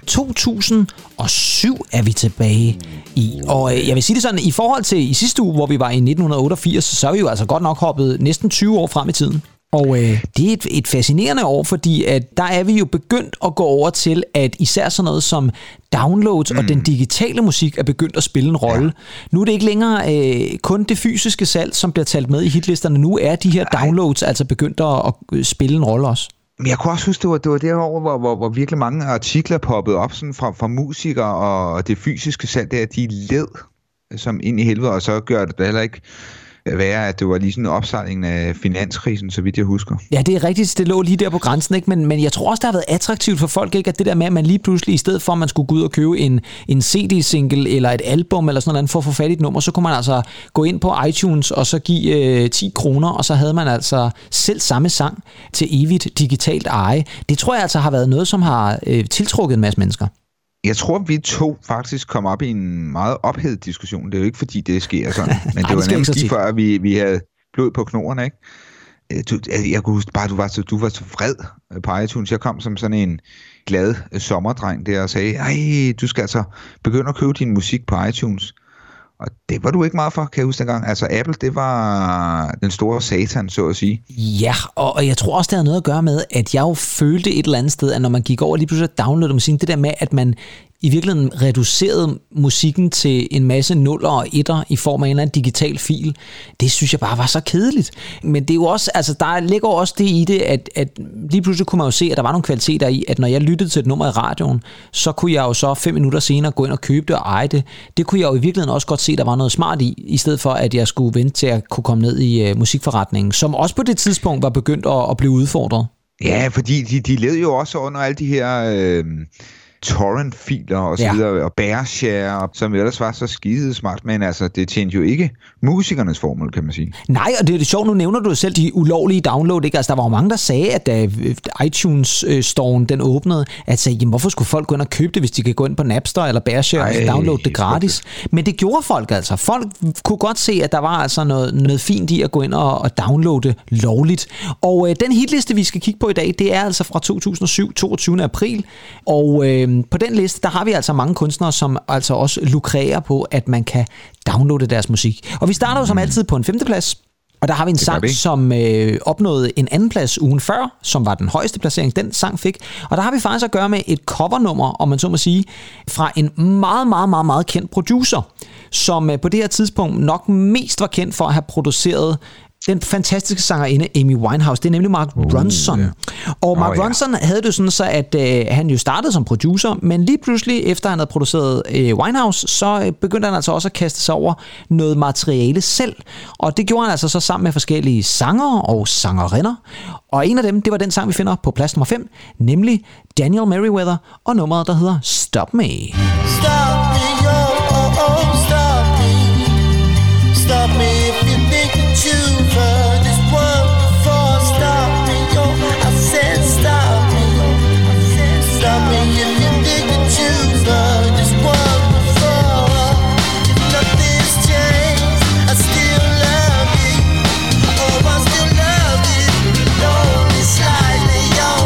2007 er vi tilbage i. Og jeg vil sige det sådan, i forhold til i sidste uge, hvor vi var i 1988, så er vi jo altså godt nok hoppet næsten 20 år frem i tiden. Og det er et fascinerende år, fordi at der er vi jo begyndt at gå over til, at især sådan noget som downloads og den digitale musik er begyndt at spille en rolle. Ja. Nu er det ikke længere kun det fysiske salg, som bliver talt med i hitlisterne. Nu er de her downloads altså begyndt at spille en rolle også.
Men jeg kunne også huske, det var derovre, hvor virkelig mange artikler poppede op sådan fra musikere, og det fysiske salg der, de led som ind i helvede, og så gør det heller ikke være, at det var lige sådan en opsejling af finanskrisen, så vidt jeg husker.
Ja, det er rigtigt. Det lå lige der på grænsen, ikke? Men jeg tror også, det har været attraktivt for folk, ikke? At det der med, at man lige pludselig, i stedet for, at man skulle gå ud og købe en CD-single eller et album eller sådan noget for at få fat i et nummer, så kunne man altså gå ind på iTunes og så give 10 kroner, og så havde man altså selv samme sang til evigt digitalt eje. Det tror jeg altså har været noget, som har tiltrukket en masse mennesker.
Jeg tror, vi to faktisk kom op i en meget ophedet diskussion. Det er jo ikke, fordi det sker sådan. Men det var nemlig lige før, vi havde blod på knoerne, ikke? Jeg kunne huske bare, du var så vred på iTunes. Jeg kom som sådan en glad sommerdreng der og sagde, ej, du skal altså begynde at købe din musik på iTunes. Og det var du ikke meget for, kan jeg huske dengang. Altså Apple, det var den store satan, så at sige.
Ja, og jeg tror også, det havde noget at gøre med, at jeg jo følte et eller andet sted, at når man gik over lige pludselig at downloade musikken, det der med, at man i virkeligheden reducerede musikken til en masse nuller og etter i form af en eller anden digital fil. Det synes jeg bare var så kedeligt. Men det er jo også, altså der ligger også det i det, at lige pludselig kunne man jo se, at der var nogle kvaliteter i, at når jeg lyttede til et nummer i radioen, så kunne jeg jo så 5 minutter senere gå ind og købe det og eje det. Det kunne jeg jo i virkeligheden også godt se, at der var noget smart i stedet for, at jeg skulle vente til at kunne komme ned i musikforretningen, som også på det tidspunkt var begyndt at blive udfordret.
Ja, fordi de led jo også under alle de her torrent-filer og så videre, og bearshare, som ellers var så skide smart, men altså, det tjente jo ikke musikernes formål, kan man sige.
Nej, og det er sjovt, nu nævner du selv de ulovlige download, ikke? Altså, der var jo mange, der sagde, at da iTunes-storen, den åbnede, at sagde, jamen, hvorfor skulle folk gå ind og købe det, hvis de kan gå ind på Napster eller bearshare og downloade det gratis? Men det gjorde folk altså. Folk kunne godt se, at der var altså noget fint i at gå ind og downloade lovligt. Og den hitliste, vi skal kigge på i dag, det er altså fra 2007, 22. april, og på den liste, der har vi altså mange kunstnere, som altså også lukrerer på, at man kan downloade deres musik. Og vi starter jo som altid på en 5. plads, Og der har vi en sang, som opnåede en anden plads ugen før, som var den højeste placering, den sang fik. Og der har vi faktisk at gøre med et covernummer, om man så må sige, fra en meget, meget, meget, meget kendt producer, som på det her tidspunkt nok mest var kendt for at have produceret den fantastiske sangerinde Amy Winehouse. Det er nemlig Mark Ronson. Yeah. Og Mark Ronson havde det sådan så, at han jo startede som producer, men lige pludselig, efter han havde produceret Winehouse, så begyndte han altså også at kaste sig over noget materiale selv. Og det gjorde han altså så sammen med forskellige sangere og sangerinder. Og en af dem, det var den sang, vi finder på plads nummer 5, nemlig Daniel Merriweather og nummeret, der hedder Stop Me.
Stop me, oh, stop me. Stop me if you think you've heard this word before. Stop me, I said stop me. Stop me if you think that you've heard this word before. If nothing's changed, I still love you. Oh, I still love you. Only slightly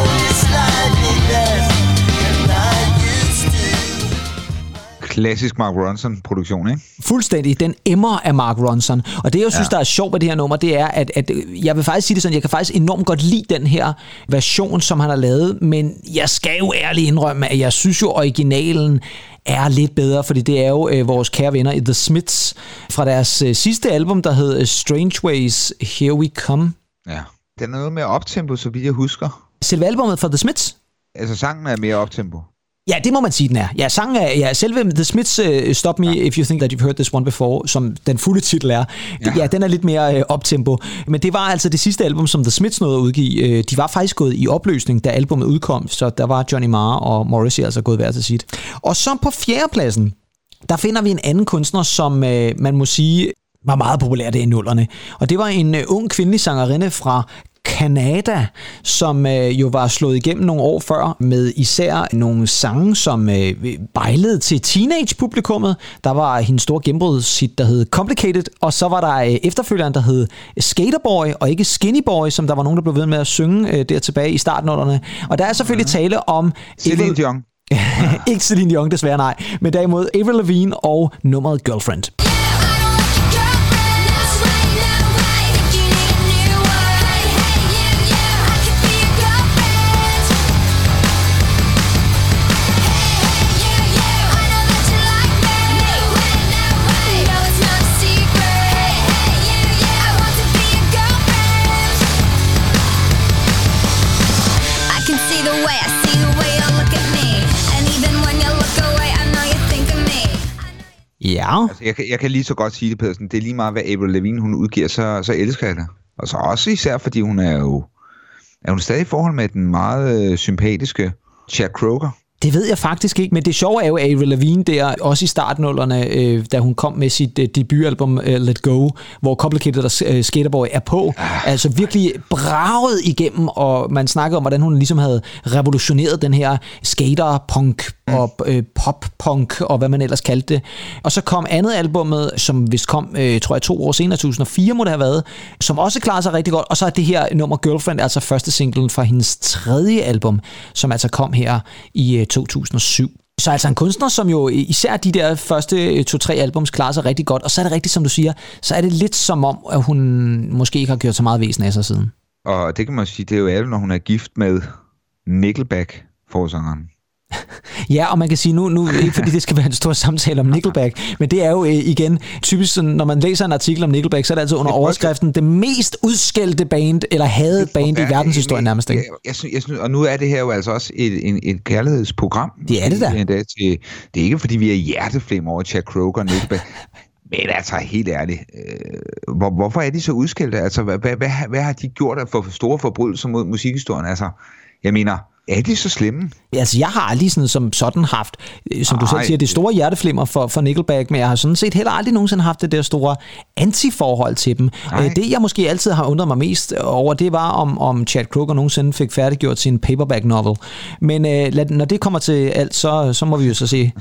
less than I used to.
Klassisk Mark Ronson-produktion, ikke?
Fuldstændig. Den emmer af Mark Ronson. Og det, jeg synes, der er sjovt ved det her nummer, det er, at jeg vil faktisk sige det sådan, jeg kan faktisk enormt godt lide den her version, som han har lavet, men jeg skal jo ærligt indrømme, at jeg synes jo, originalen er lidt bedre, fordi det er jo vores kære venner i The Smiths fra deres sidste album, der hed Strange Ways, Here We Come.
Ja, den er noget mere optempo, så vidt jeg husker.
Selve albumet fra The Smiths?
Altså, sangen er mere optempo.
Ja, det må man sige, den er. Ja, sangen er, ja, selve The Smiths Stop Me If You Think That You've Heard This One Before, som den fulde titel er, ja, den er lidt mere optempo. Men det var altså det sidste album, som The Smiths nåede at udgive. De var faktisk gået i opløsning, da albumet udkom, så der var Johnny Marr og Morrissey altså gået hver til sit. Og så på fjerdepladsen, der finder vi en anden kunstner, som man må sige var meget populær der i nullerne. Og det var en ung kvindelig sangerinde fra Canada, som jo var slået igennem nogle år før med især nogle sange, som bejlede til teenage-publikummet. Der var hendes store gennembrudshit, der hed Complicated, og så var der efterfølgeren, der hed Skaterboy, og ikke Skinnyboy, som der var nogen, der blev ved med at synge der tilbage i startnullerne. Og der er selvfølgelig tale om
Celine Dion.
Ikke Celine Dion, desværre nej, men derimod Avril Lavigne og nummeret Girlfriend. Ja.
Altså, jeg kan lige så godt sige det, Pedersen. Det er lige meget, hvad Avril Lavigne hun udgiver, så elsker jeg det. Og så også især, fordi hun er hun stadig i forhold med den meget sympatiske Chad Kroeger.
Det ved jeg faktisk ikke, men det sjove er jo Avril Lavigne der, også i startnullerne, da hun kom med sit debutalbum Let Go, hvor Complicated og Skaterboy er på. Altså virkelig braget igennem, og man snakkede om, hvordan hun ligesom havde revolutioneret den her skaterpunk og pop-punk, og hvad man ellers kaldte det. Og så kom andet albummet, som vist kom, tror jeg, 2 år senere, 2004 må det have været, som også klarede sig rigtig godt. Og så er det her nummer Girlfriend, altså første singlen fra hendes 3. album, som altså kom her i 2007. Så altså en kunstner, som jo især de der første 2-3 albums klarer sig rigtig godt, og så er det rigtigt, som du siger, så er det lidt som om, at hun måske ikke har gjort så meget væsen af sig siden.
Og det kan man sige, det er jo ærligt, når hun er gift med Nickelback, forsangeren.
Ja, og man kan sige nu ikke fordi det skal være en stor samtale om Nickelback, men det er jo igen typisk sådan, når man læser en artikel om Nickelback, så er det altså under overskriften det mest udskældte band eller hadede band i verdenshistorien nærmest. Ikke?
Jeg synes, og nu er det her jo altså også et kærlighedsprogram.
Det er det da.
Det er ikke fordi vi er hjerteflem over Chad Kroeger og Nickelback. Men altså, helt ærligt, hvorfor er de så udskældte? Altså, hvad har de gjort for store forbrydelser mod musikhistorien? Altså, jeg mener, er de så slemme?
Altså, jeg har aldrig som sådan haft, som du selv siger, det store hjerteflimmer for Nickelback, men jeg har sådan set heller aldrig nogensinde haft det der store antiforhold til dem. Det, jeg måske altid har undret mig mest over, det var, om Chad Kroeger nogensinde fik færdiggjort sin paperback novel. Men når det kommer til alt, så må vi jo så se,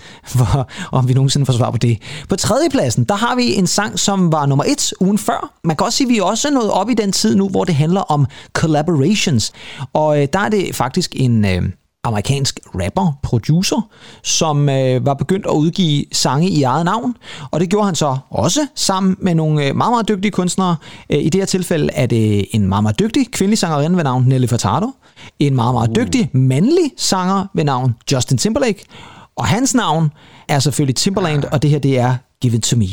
om vi nogensinde får svar på det. På 3. pladsen, der har vi en sang, som var nummer 1 ugen før. Man kan også sige, at vi er også nået op i den tid nu, hvor det handler om collaborations. Og der er det faktisk en amerikansk rapper, producer, som var begyndt at udgive sange i eget navn, og det gjorde han så også sammen med nogle meget, meget dygtige kunstnere. I det her tilfælde er det en meget, meget dygtig kvindelig sangerinde ved navn Nelly Furtado, en meget, meget dygtig mandlig sanger ved navn Justin Timberlake, og hans navn er selvfølgelig Timbaland, og det her, det er Give It To Me.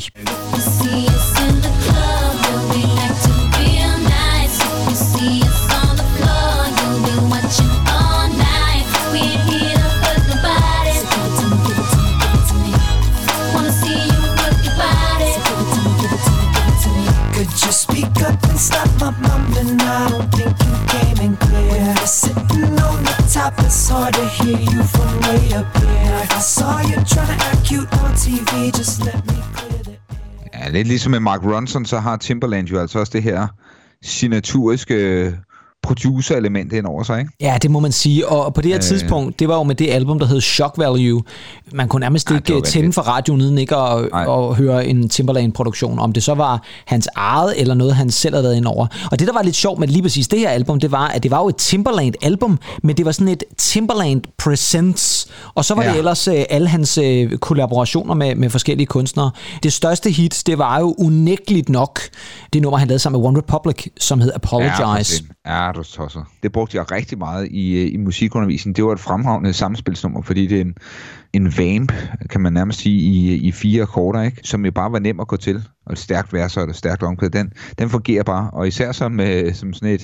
Stop my mumbling, I don't think you came in clear. When you're sitting on the top, it's hard to hear you from way up here. I saw you trying to act cute on TV, just let me clear the air.
Ja, lidt ligesom med Mark Ronson, så har Timbaland jo altså også det her signaturiske producer-element ind over sig, ikke?
Ja, det må man sige. Og på det her tidspunkt, det var jo med det album, der hed Shock Value. Man kunne nærmest ikke tænde for radioen uden ikke at høre en Timbaland-produktion. Om det så var hans eget, eller noget, han selv havde været ind over. Og det, der var lidt sjovt med lige præcis det her album, det var, at det var jo et Timbaland-album, men det var sådan et Timbaland Presents. Og så var det ellers alle hans kollaborationer med forskellige kunstnere. Det største hit, det var jo unægteligt nok det nummer, han lavede sammen med One Republic, som hed Apologize.
Ja, du tosser. Det brugte jeg rigtig meget i musikundervisningen. Det var et fremragende samspilsnummer, fordi det er en vamp, kan man nærmest sige, i 4 akkorder, ikke? Som jo bare var nem at gå til. Og et stærkt vers og et stærkt omkvæd. Den fungerer bare. Og især som sådan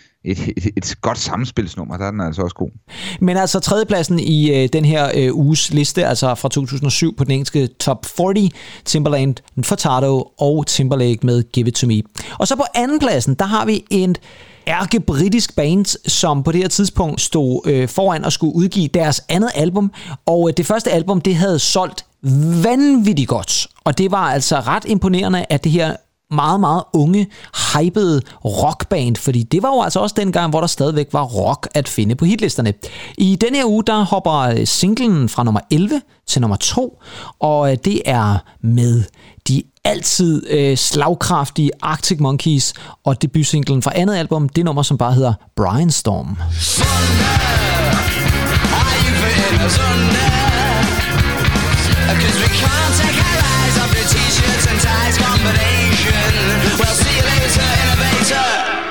et godt samspilsnummer, der er den altså også god.
Men altså tredjepladsen i den her uges liste, altså fra 2007 på den engelske Top 40, Timbaland, Furtado og Timberlake med Give It To Me. Og så på andenpladsen, der har vi en ærke-britisk band, som på det her tidspunkt stod foran og skulle udgive deres andet album. Og det første album, det havde solgt vanvittigt godt. Og det var altså ret imponerende, at det her meget, meget unge, hypede rockband, fordi det var jo altså også dengang, hvor der stadigvæk var rock at finde på hitlisterne. I denne her uge, der hopper singlen fra nummer 11 til nummer 2, og det er med de altid slagkraftige Arctic Monkeys, og debutsinglen fra andet album, det nummer, som bare hedder Brainstorm.
Well, see you later, innovator.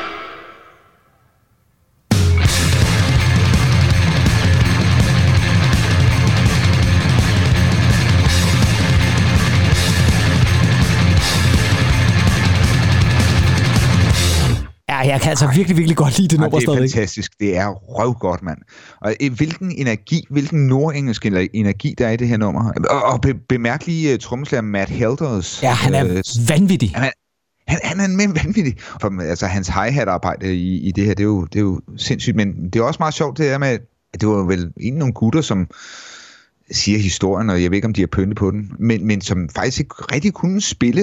Ja, jeg kan altså virkelig, virkelig godt lide det nummer stadigvæk.
Det er fantastisk. Det er røvgodt, mand. Og hvilken nordengelsk energi, der er i det her nummer. Og bemærk lige trommeslager Matt Helders.
Ja, han er vanvittig.
Han er vanvittig. Altså, hans hi-hat-arbejde i det her, det er jo sindssygt. Men det er også meget sjovt, det her med, at det var vel nogle gutter, som siger historien, og jeg ved ikke, om de har pyntet på den, men som faktisk ikke rigtig kunne spille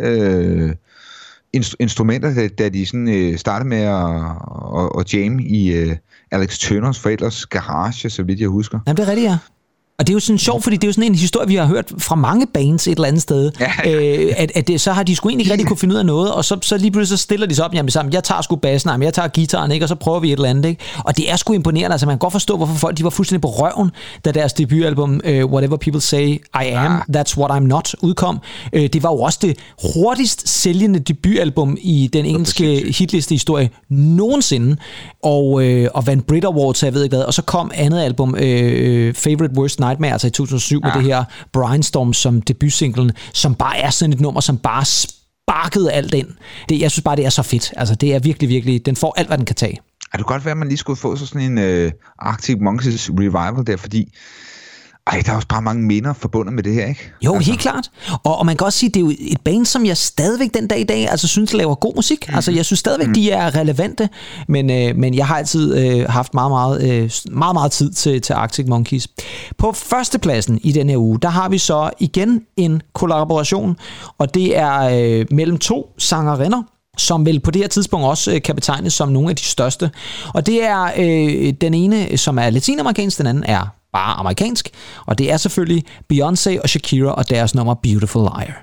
instrumenter, da de sådan startede med at jamme i Alex Turners forældres garage, så vidt jeg husker.
Jamen, det er rigtigt, ja. Og det er jo sådan sjovt, fordi det er jo sådan en historie, vi har hørt fra mange bands et eller andet sted, at så har de sgu egentlig ikke rigtig kunne finde ud af noget, og så lige pludselig så stiller de sig op sammen, jeg tager sgu bassen, jeg tager guitaren, ikke? Og så prøver vi et eller andet, ikke? Og det er sgu imponerende, altså man kan godt forstå, hvorfor folk de var fuldstændig på røven, da deres debutalbum Whatever People Say I Am, That's What I'm Not udkom. Det var jo også det hurtigst sælgende debutalbum i den engelske hitliste-historie nogensinde, og vandt Brit Awards, jeg ved ikke hvad, og så kom andet album, Favorite Worst Nightmare, altså i 2007, med det her Brainstorm som debutsinglen, som bare er sådan et nummer, som bare sparkede alt ind. Jeg synes bare, det er så fedt. Altså, det er virkelig, virkelig, den får alt, hvad den kan tage.
Det kunne godt være, at man lige skulle få sådan en Arctic Monkeys revival der, fordi der er også bare mange minder forbundet med det her, ikke?
Jo, altså. Helt klart. Og man kan også sige, det er jo et band, som jeg stadigvæk den dag i dag, altså synes, laver god musik. Mm. Altså, jeg synes stadigvæk, de er relevante, men jeg har altid haft meget tid til Arctic Monkeys. På førstepladsen i den her uge, der har vi så igen en kollaboration, og det er mellem 2 sangerinder, som vel på det her tidspunkt også kan betegnes som nogle af de største. Og det er den ene, som er latinamerikansk, den anden er bare amerikansk, og det er selvfølgelig Beyoncé og Shakira og deres nummer Beautiful Liar.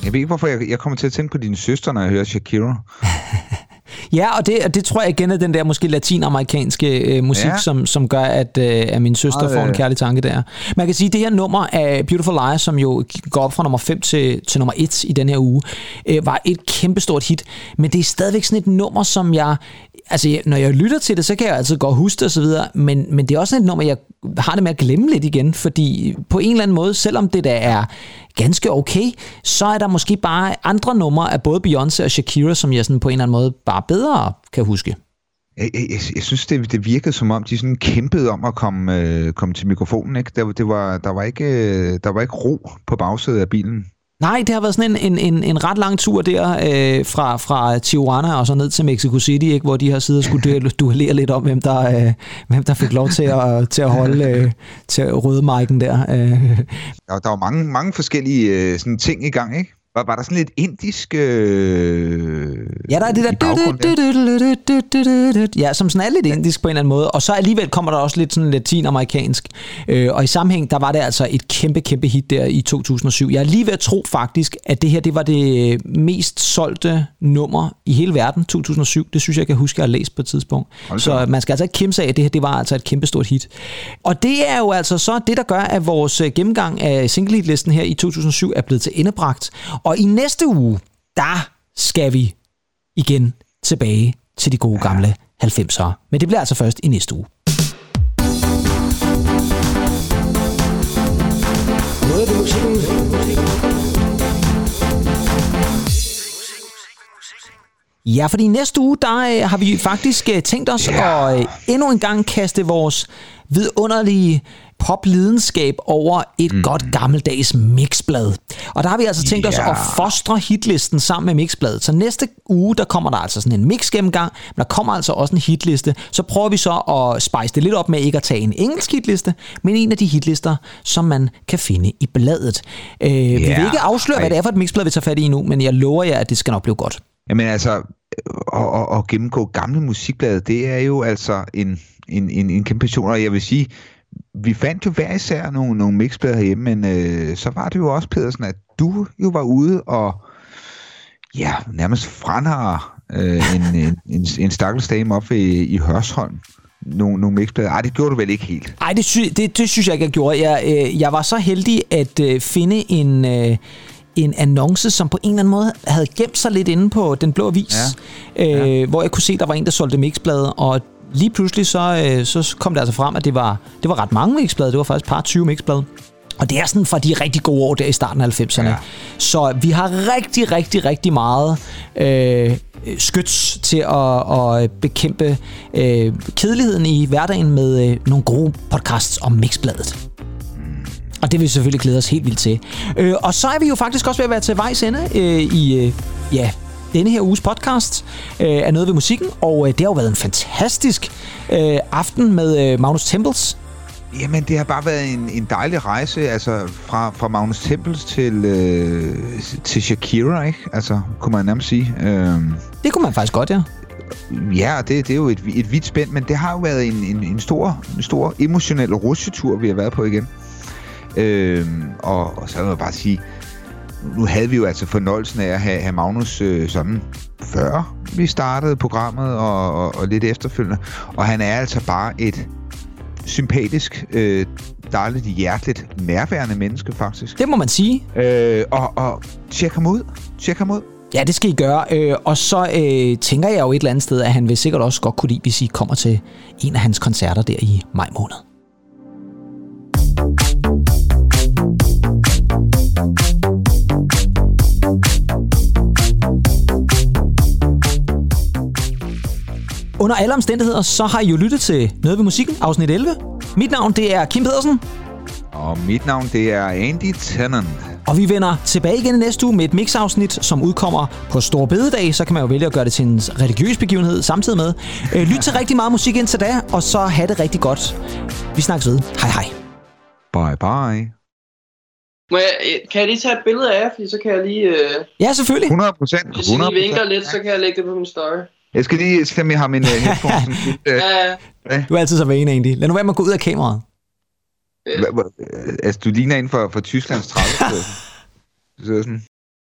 Jeg ved ikke, hvorfor jeg kommer til at tænke på din søster, når jeg hører Shakira.
Ja, og det tror jeg igen er den der måske latinamerikanske musik, som gør, at min søster får en kærlig tanke der. Man kan sige, at det her nummer af Beautiful Liar, som jo går op fra nummer 5 til nummer 1 i den her uge, var et kæmpestort hit. Men det er stadigvæk sådan et nummer, som jeg... Altså, når jeg lytter til det, så kan jeg altid godt huske det og så videre, men det er også et nummer, jeg har det med at glemme lidt igen, fordi på en eller anden måde, selvom det der er ganske okay, så er der måske bare andre numre af både Beyoncé og Shakira, som jeg sådan på en eller anden måde bare bedre kan huske.
Jeg synes, det virkede som om, de sådan kæmpede om at komme til mikrofonen, ikke? Der var ikke ro på bagsædet af bilen.
Nej, det har været sådan en ret lang tur der fra Tijuana og så ned til Mexico City, ikke, hvor de har siddet og skulle duellere lidt om, hvem der fik lov til at holde til at røde mic'en der.
Der var mange forskellige sådan ting i gang, ikke? Var der sådan lidt indisk
ja, der er det der ja, som sådan er lidt indisk på en eller anden måde, og så alligevel kommer der også lidt sådan latinamerikansk, og i sammenhæng, der var det altså et kæmpe hit der i 2007. Jeg er lige ved at tro faktisk, at det her, det var det mest solgte nummer i hele verden, 2007. Det synes jeg kan huske, at jeg har læst på et tidspunkt. Så man skal altså ikke kimse af, at det her, det var altså et kæmpestort hit. Og det er jo altså så det, der gør, at vores gennemgang af single hit-listen her i 2007 er blevet til endebragt. Og i næste uge, der skal vi igen tilbage til de gode gamle 90'ere. Men det bliver altså først i næste uge. Ja, fordi næste uge, der har vi faktisk tænkt os at endnu en gang kaste vores vidunderlige poplidenskab over et godt gammeldags mixblad. Og der har vi altså tænkt os at fostre hitlisten sammen med mixbladet. Så næste uge, der kommer der altså sådan en mix-gennemgang, men der kommer altså også en hitliste. Så prøver vi så at spice det lidt op med ikke at tage en engelsk hitliste, men en af de hitlister, som man kan finde i bladet. Vi vil ikke afsløre, hvad det er for et mixblad, vi tager fat i nu, men jeg lover jer, at det skal nok blive godt.
Jamen altså, at gennemgå gamle musikblade, det er jo altså en kæmpe passion, og jeg vil sige, vi fandt jo hver især nogle mixblader herhjemme, men så var det jo også, Pedersen, at du jo var ude og nærmest franhar en stakkels dame op i Hørsholm. Nogle mixblader. Ej, det gjorde du vel ikke helt?
Ej, det synes jeg ikke, jeg gjorde. Jeg var så heldig at finde en annonce, som på en eller anden måde havde gemt sig lidt inde på Den Blå Avis, hvor jeg kunne se, der var en, der solgte mixblade, og lige pludselig så kom det altså frem, at det var ret mange mixblade. Det var faktisk par 20 mixblade. Og det er sådan fra de rigtig gode år der i starten af 90'erne. Ja. Så vi har rigtig meget skyts til at bekæmpe kedeligheden i hverdagen med nogle gode podcasts om mixbladet. Og det vil vi selvfølgelig glæde os helt vildt til. Og så er vi jo faktisk også ved at være til vejs ende i denne her uges podcast af Noget ved musikken. Og det har jo været en fantastisk aften med Magnus Tempels.
Jamen, det har bare været en dejlig rejse, altså fra Magnus Tempels til Shakira, ikke? Altså, kunne man nærmest sige.
Det kunne man faktisk godt, ja.
Ja, det er jo et vidt spænd, men det har jo været en stor emotionel rusjetur, vi har været på igen. Og så vil jeg bare sige, nu havde vi jo altså fornøjelsen af at have Magnus sådan før vi startede programmet og lidt efterfølgende. Og han er altså bare et sympatisk, dejligt, hjerteligt, nærværende menneske, faktisk.
Det må man sige.
Og tjek ham ud.
Ja, det skal I gøre. Og så tænker jeg jo et eller andet sted, at han vil sikkert også godt kunne lide, hvis I kommer til en af hans koncerter der i maj måned. Under alle omstændigheder, så har I jo lyttet til Noget ved musikken, afsnit 11. Mit navn, det er Kim Pedersen.
Og mit navn, det er Andy Tennant.
Og vi vender tilbage igen i næste uge med et mixafsnit, som udkommer på Store Bededag. Så kan man jo vælge at gøre det til en religiøs begivenhed samtidig med. Lyt til rigtig meget musik indtil da, og så have det rigtig godt. Vi snakkes ved. Hej.
Bye bye.
Kan jeg lige tage et billede af jer, fordi så kan jeg lige...
Ja, selvfølgelig.
100%.
Hvis I lige vinker lidt, så kan jeg lægge det på min story.
Jeg skal lige se, om jeg har min headphones.
Du er altid så vane, egentlig. Lad nu være med at gå ud af kameraet.
Altså, du ligner inden for Tysklands 30. Så sådan.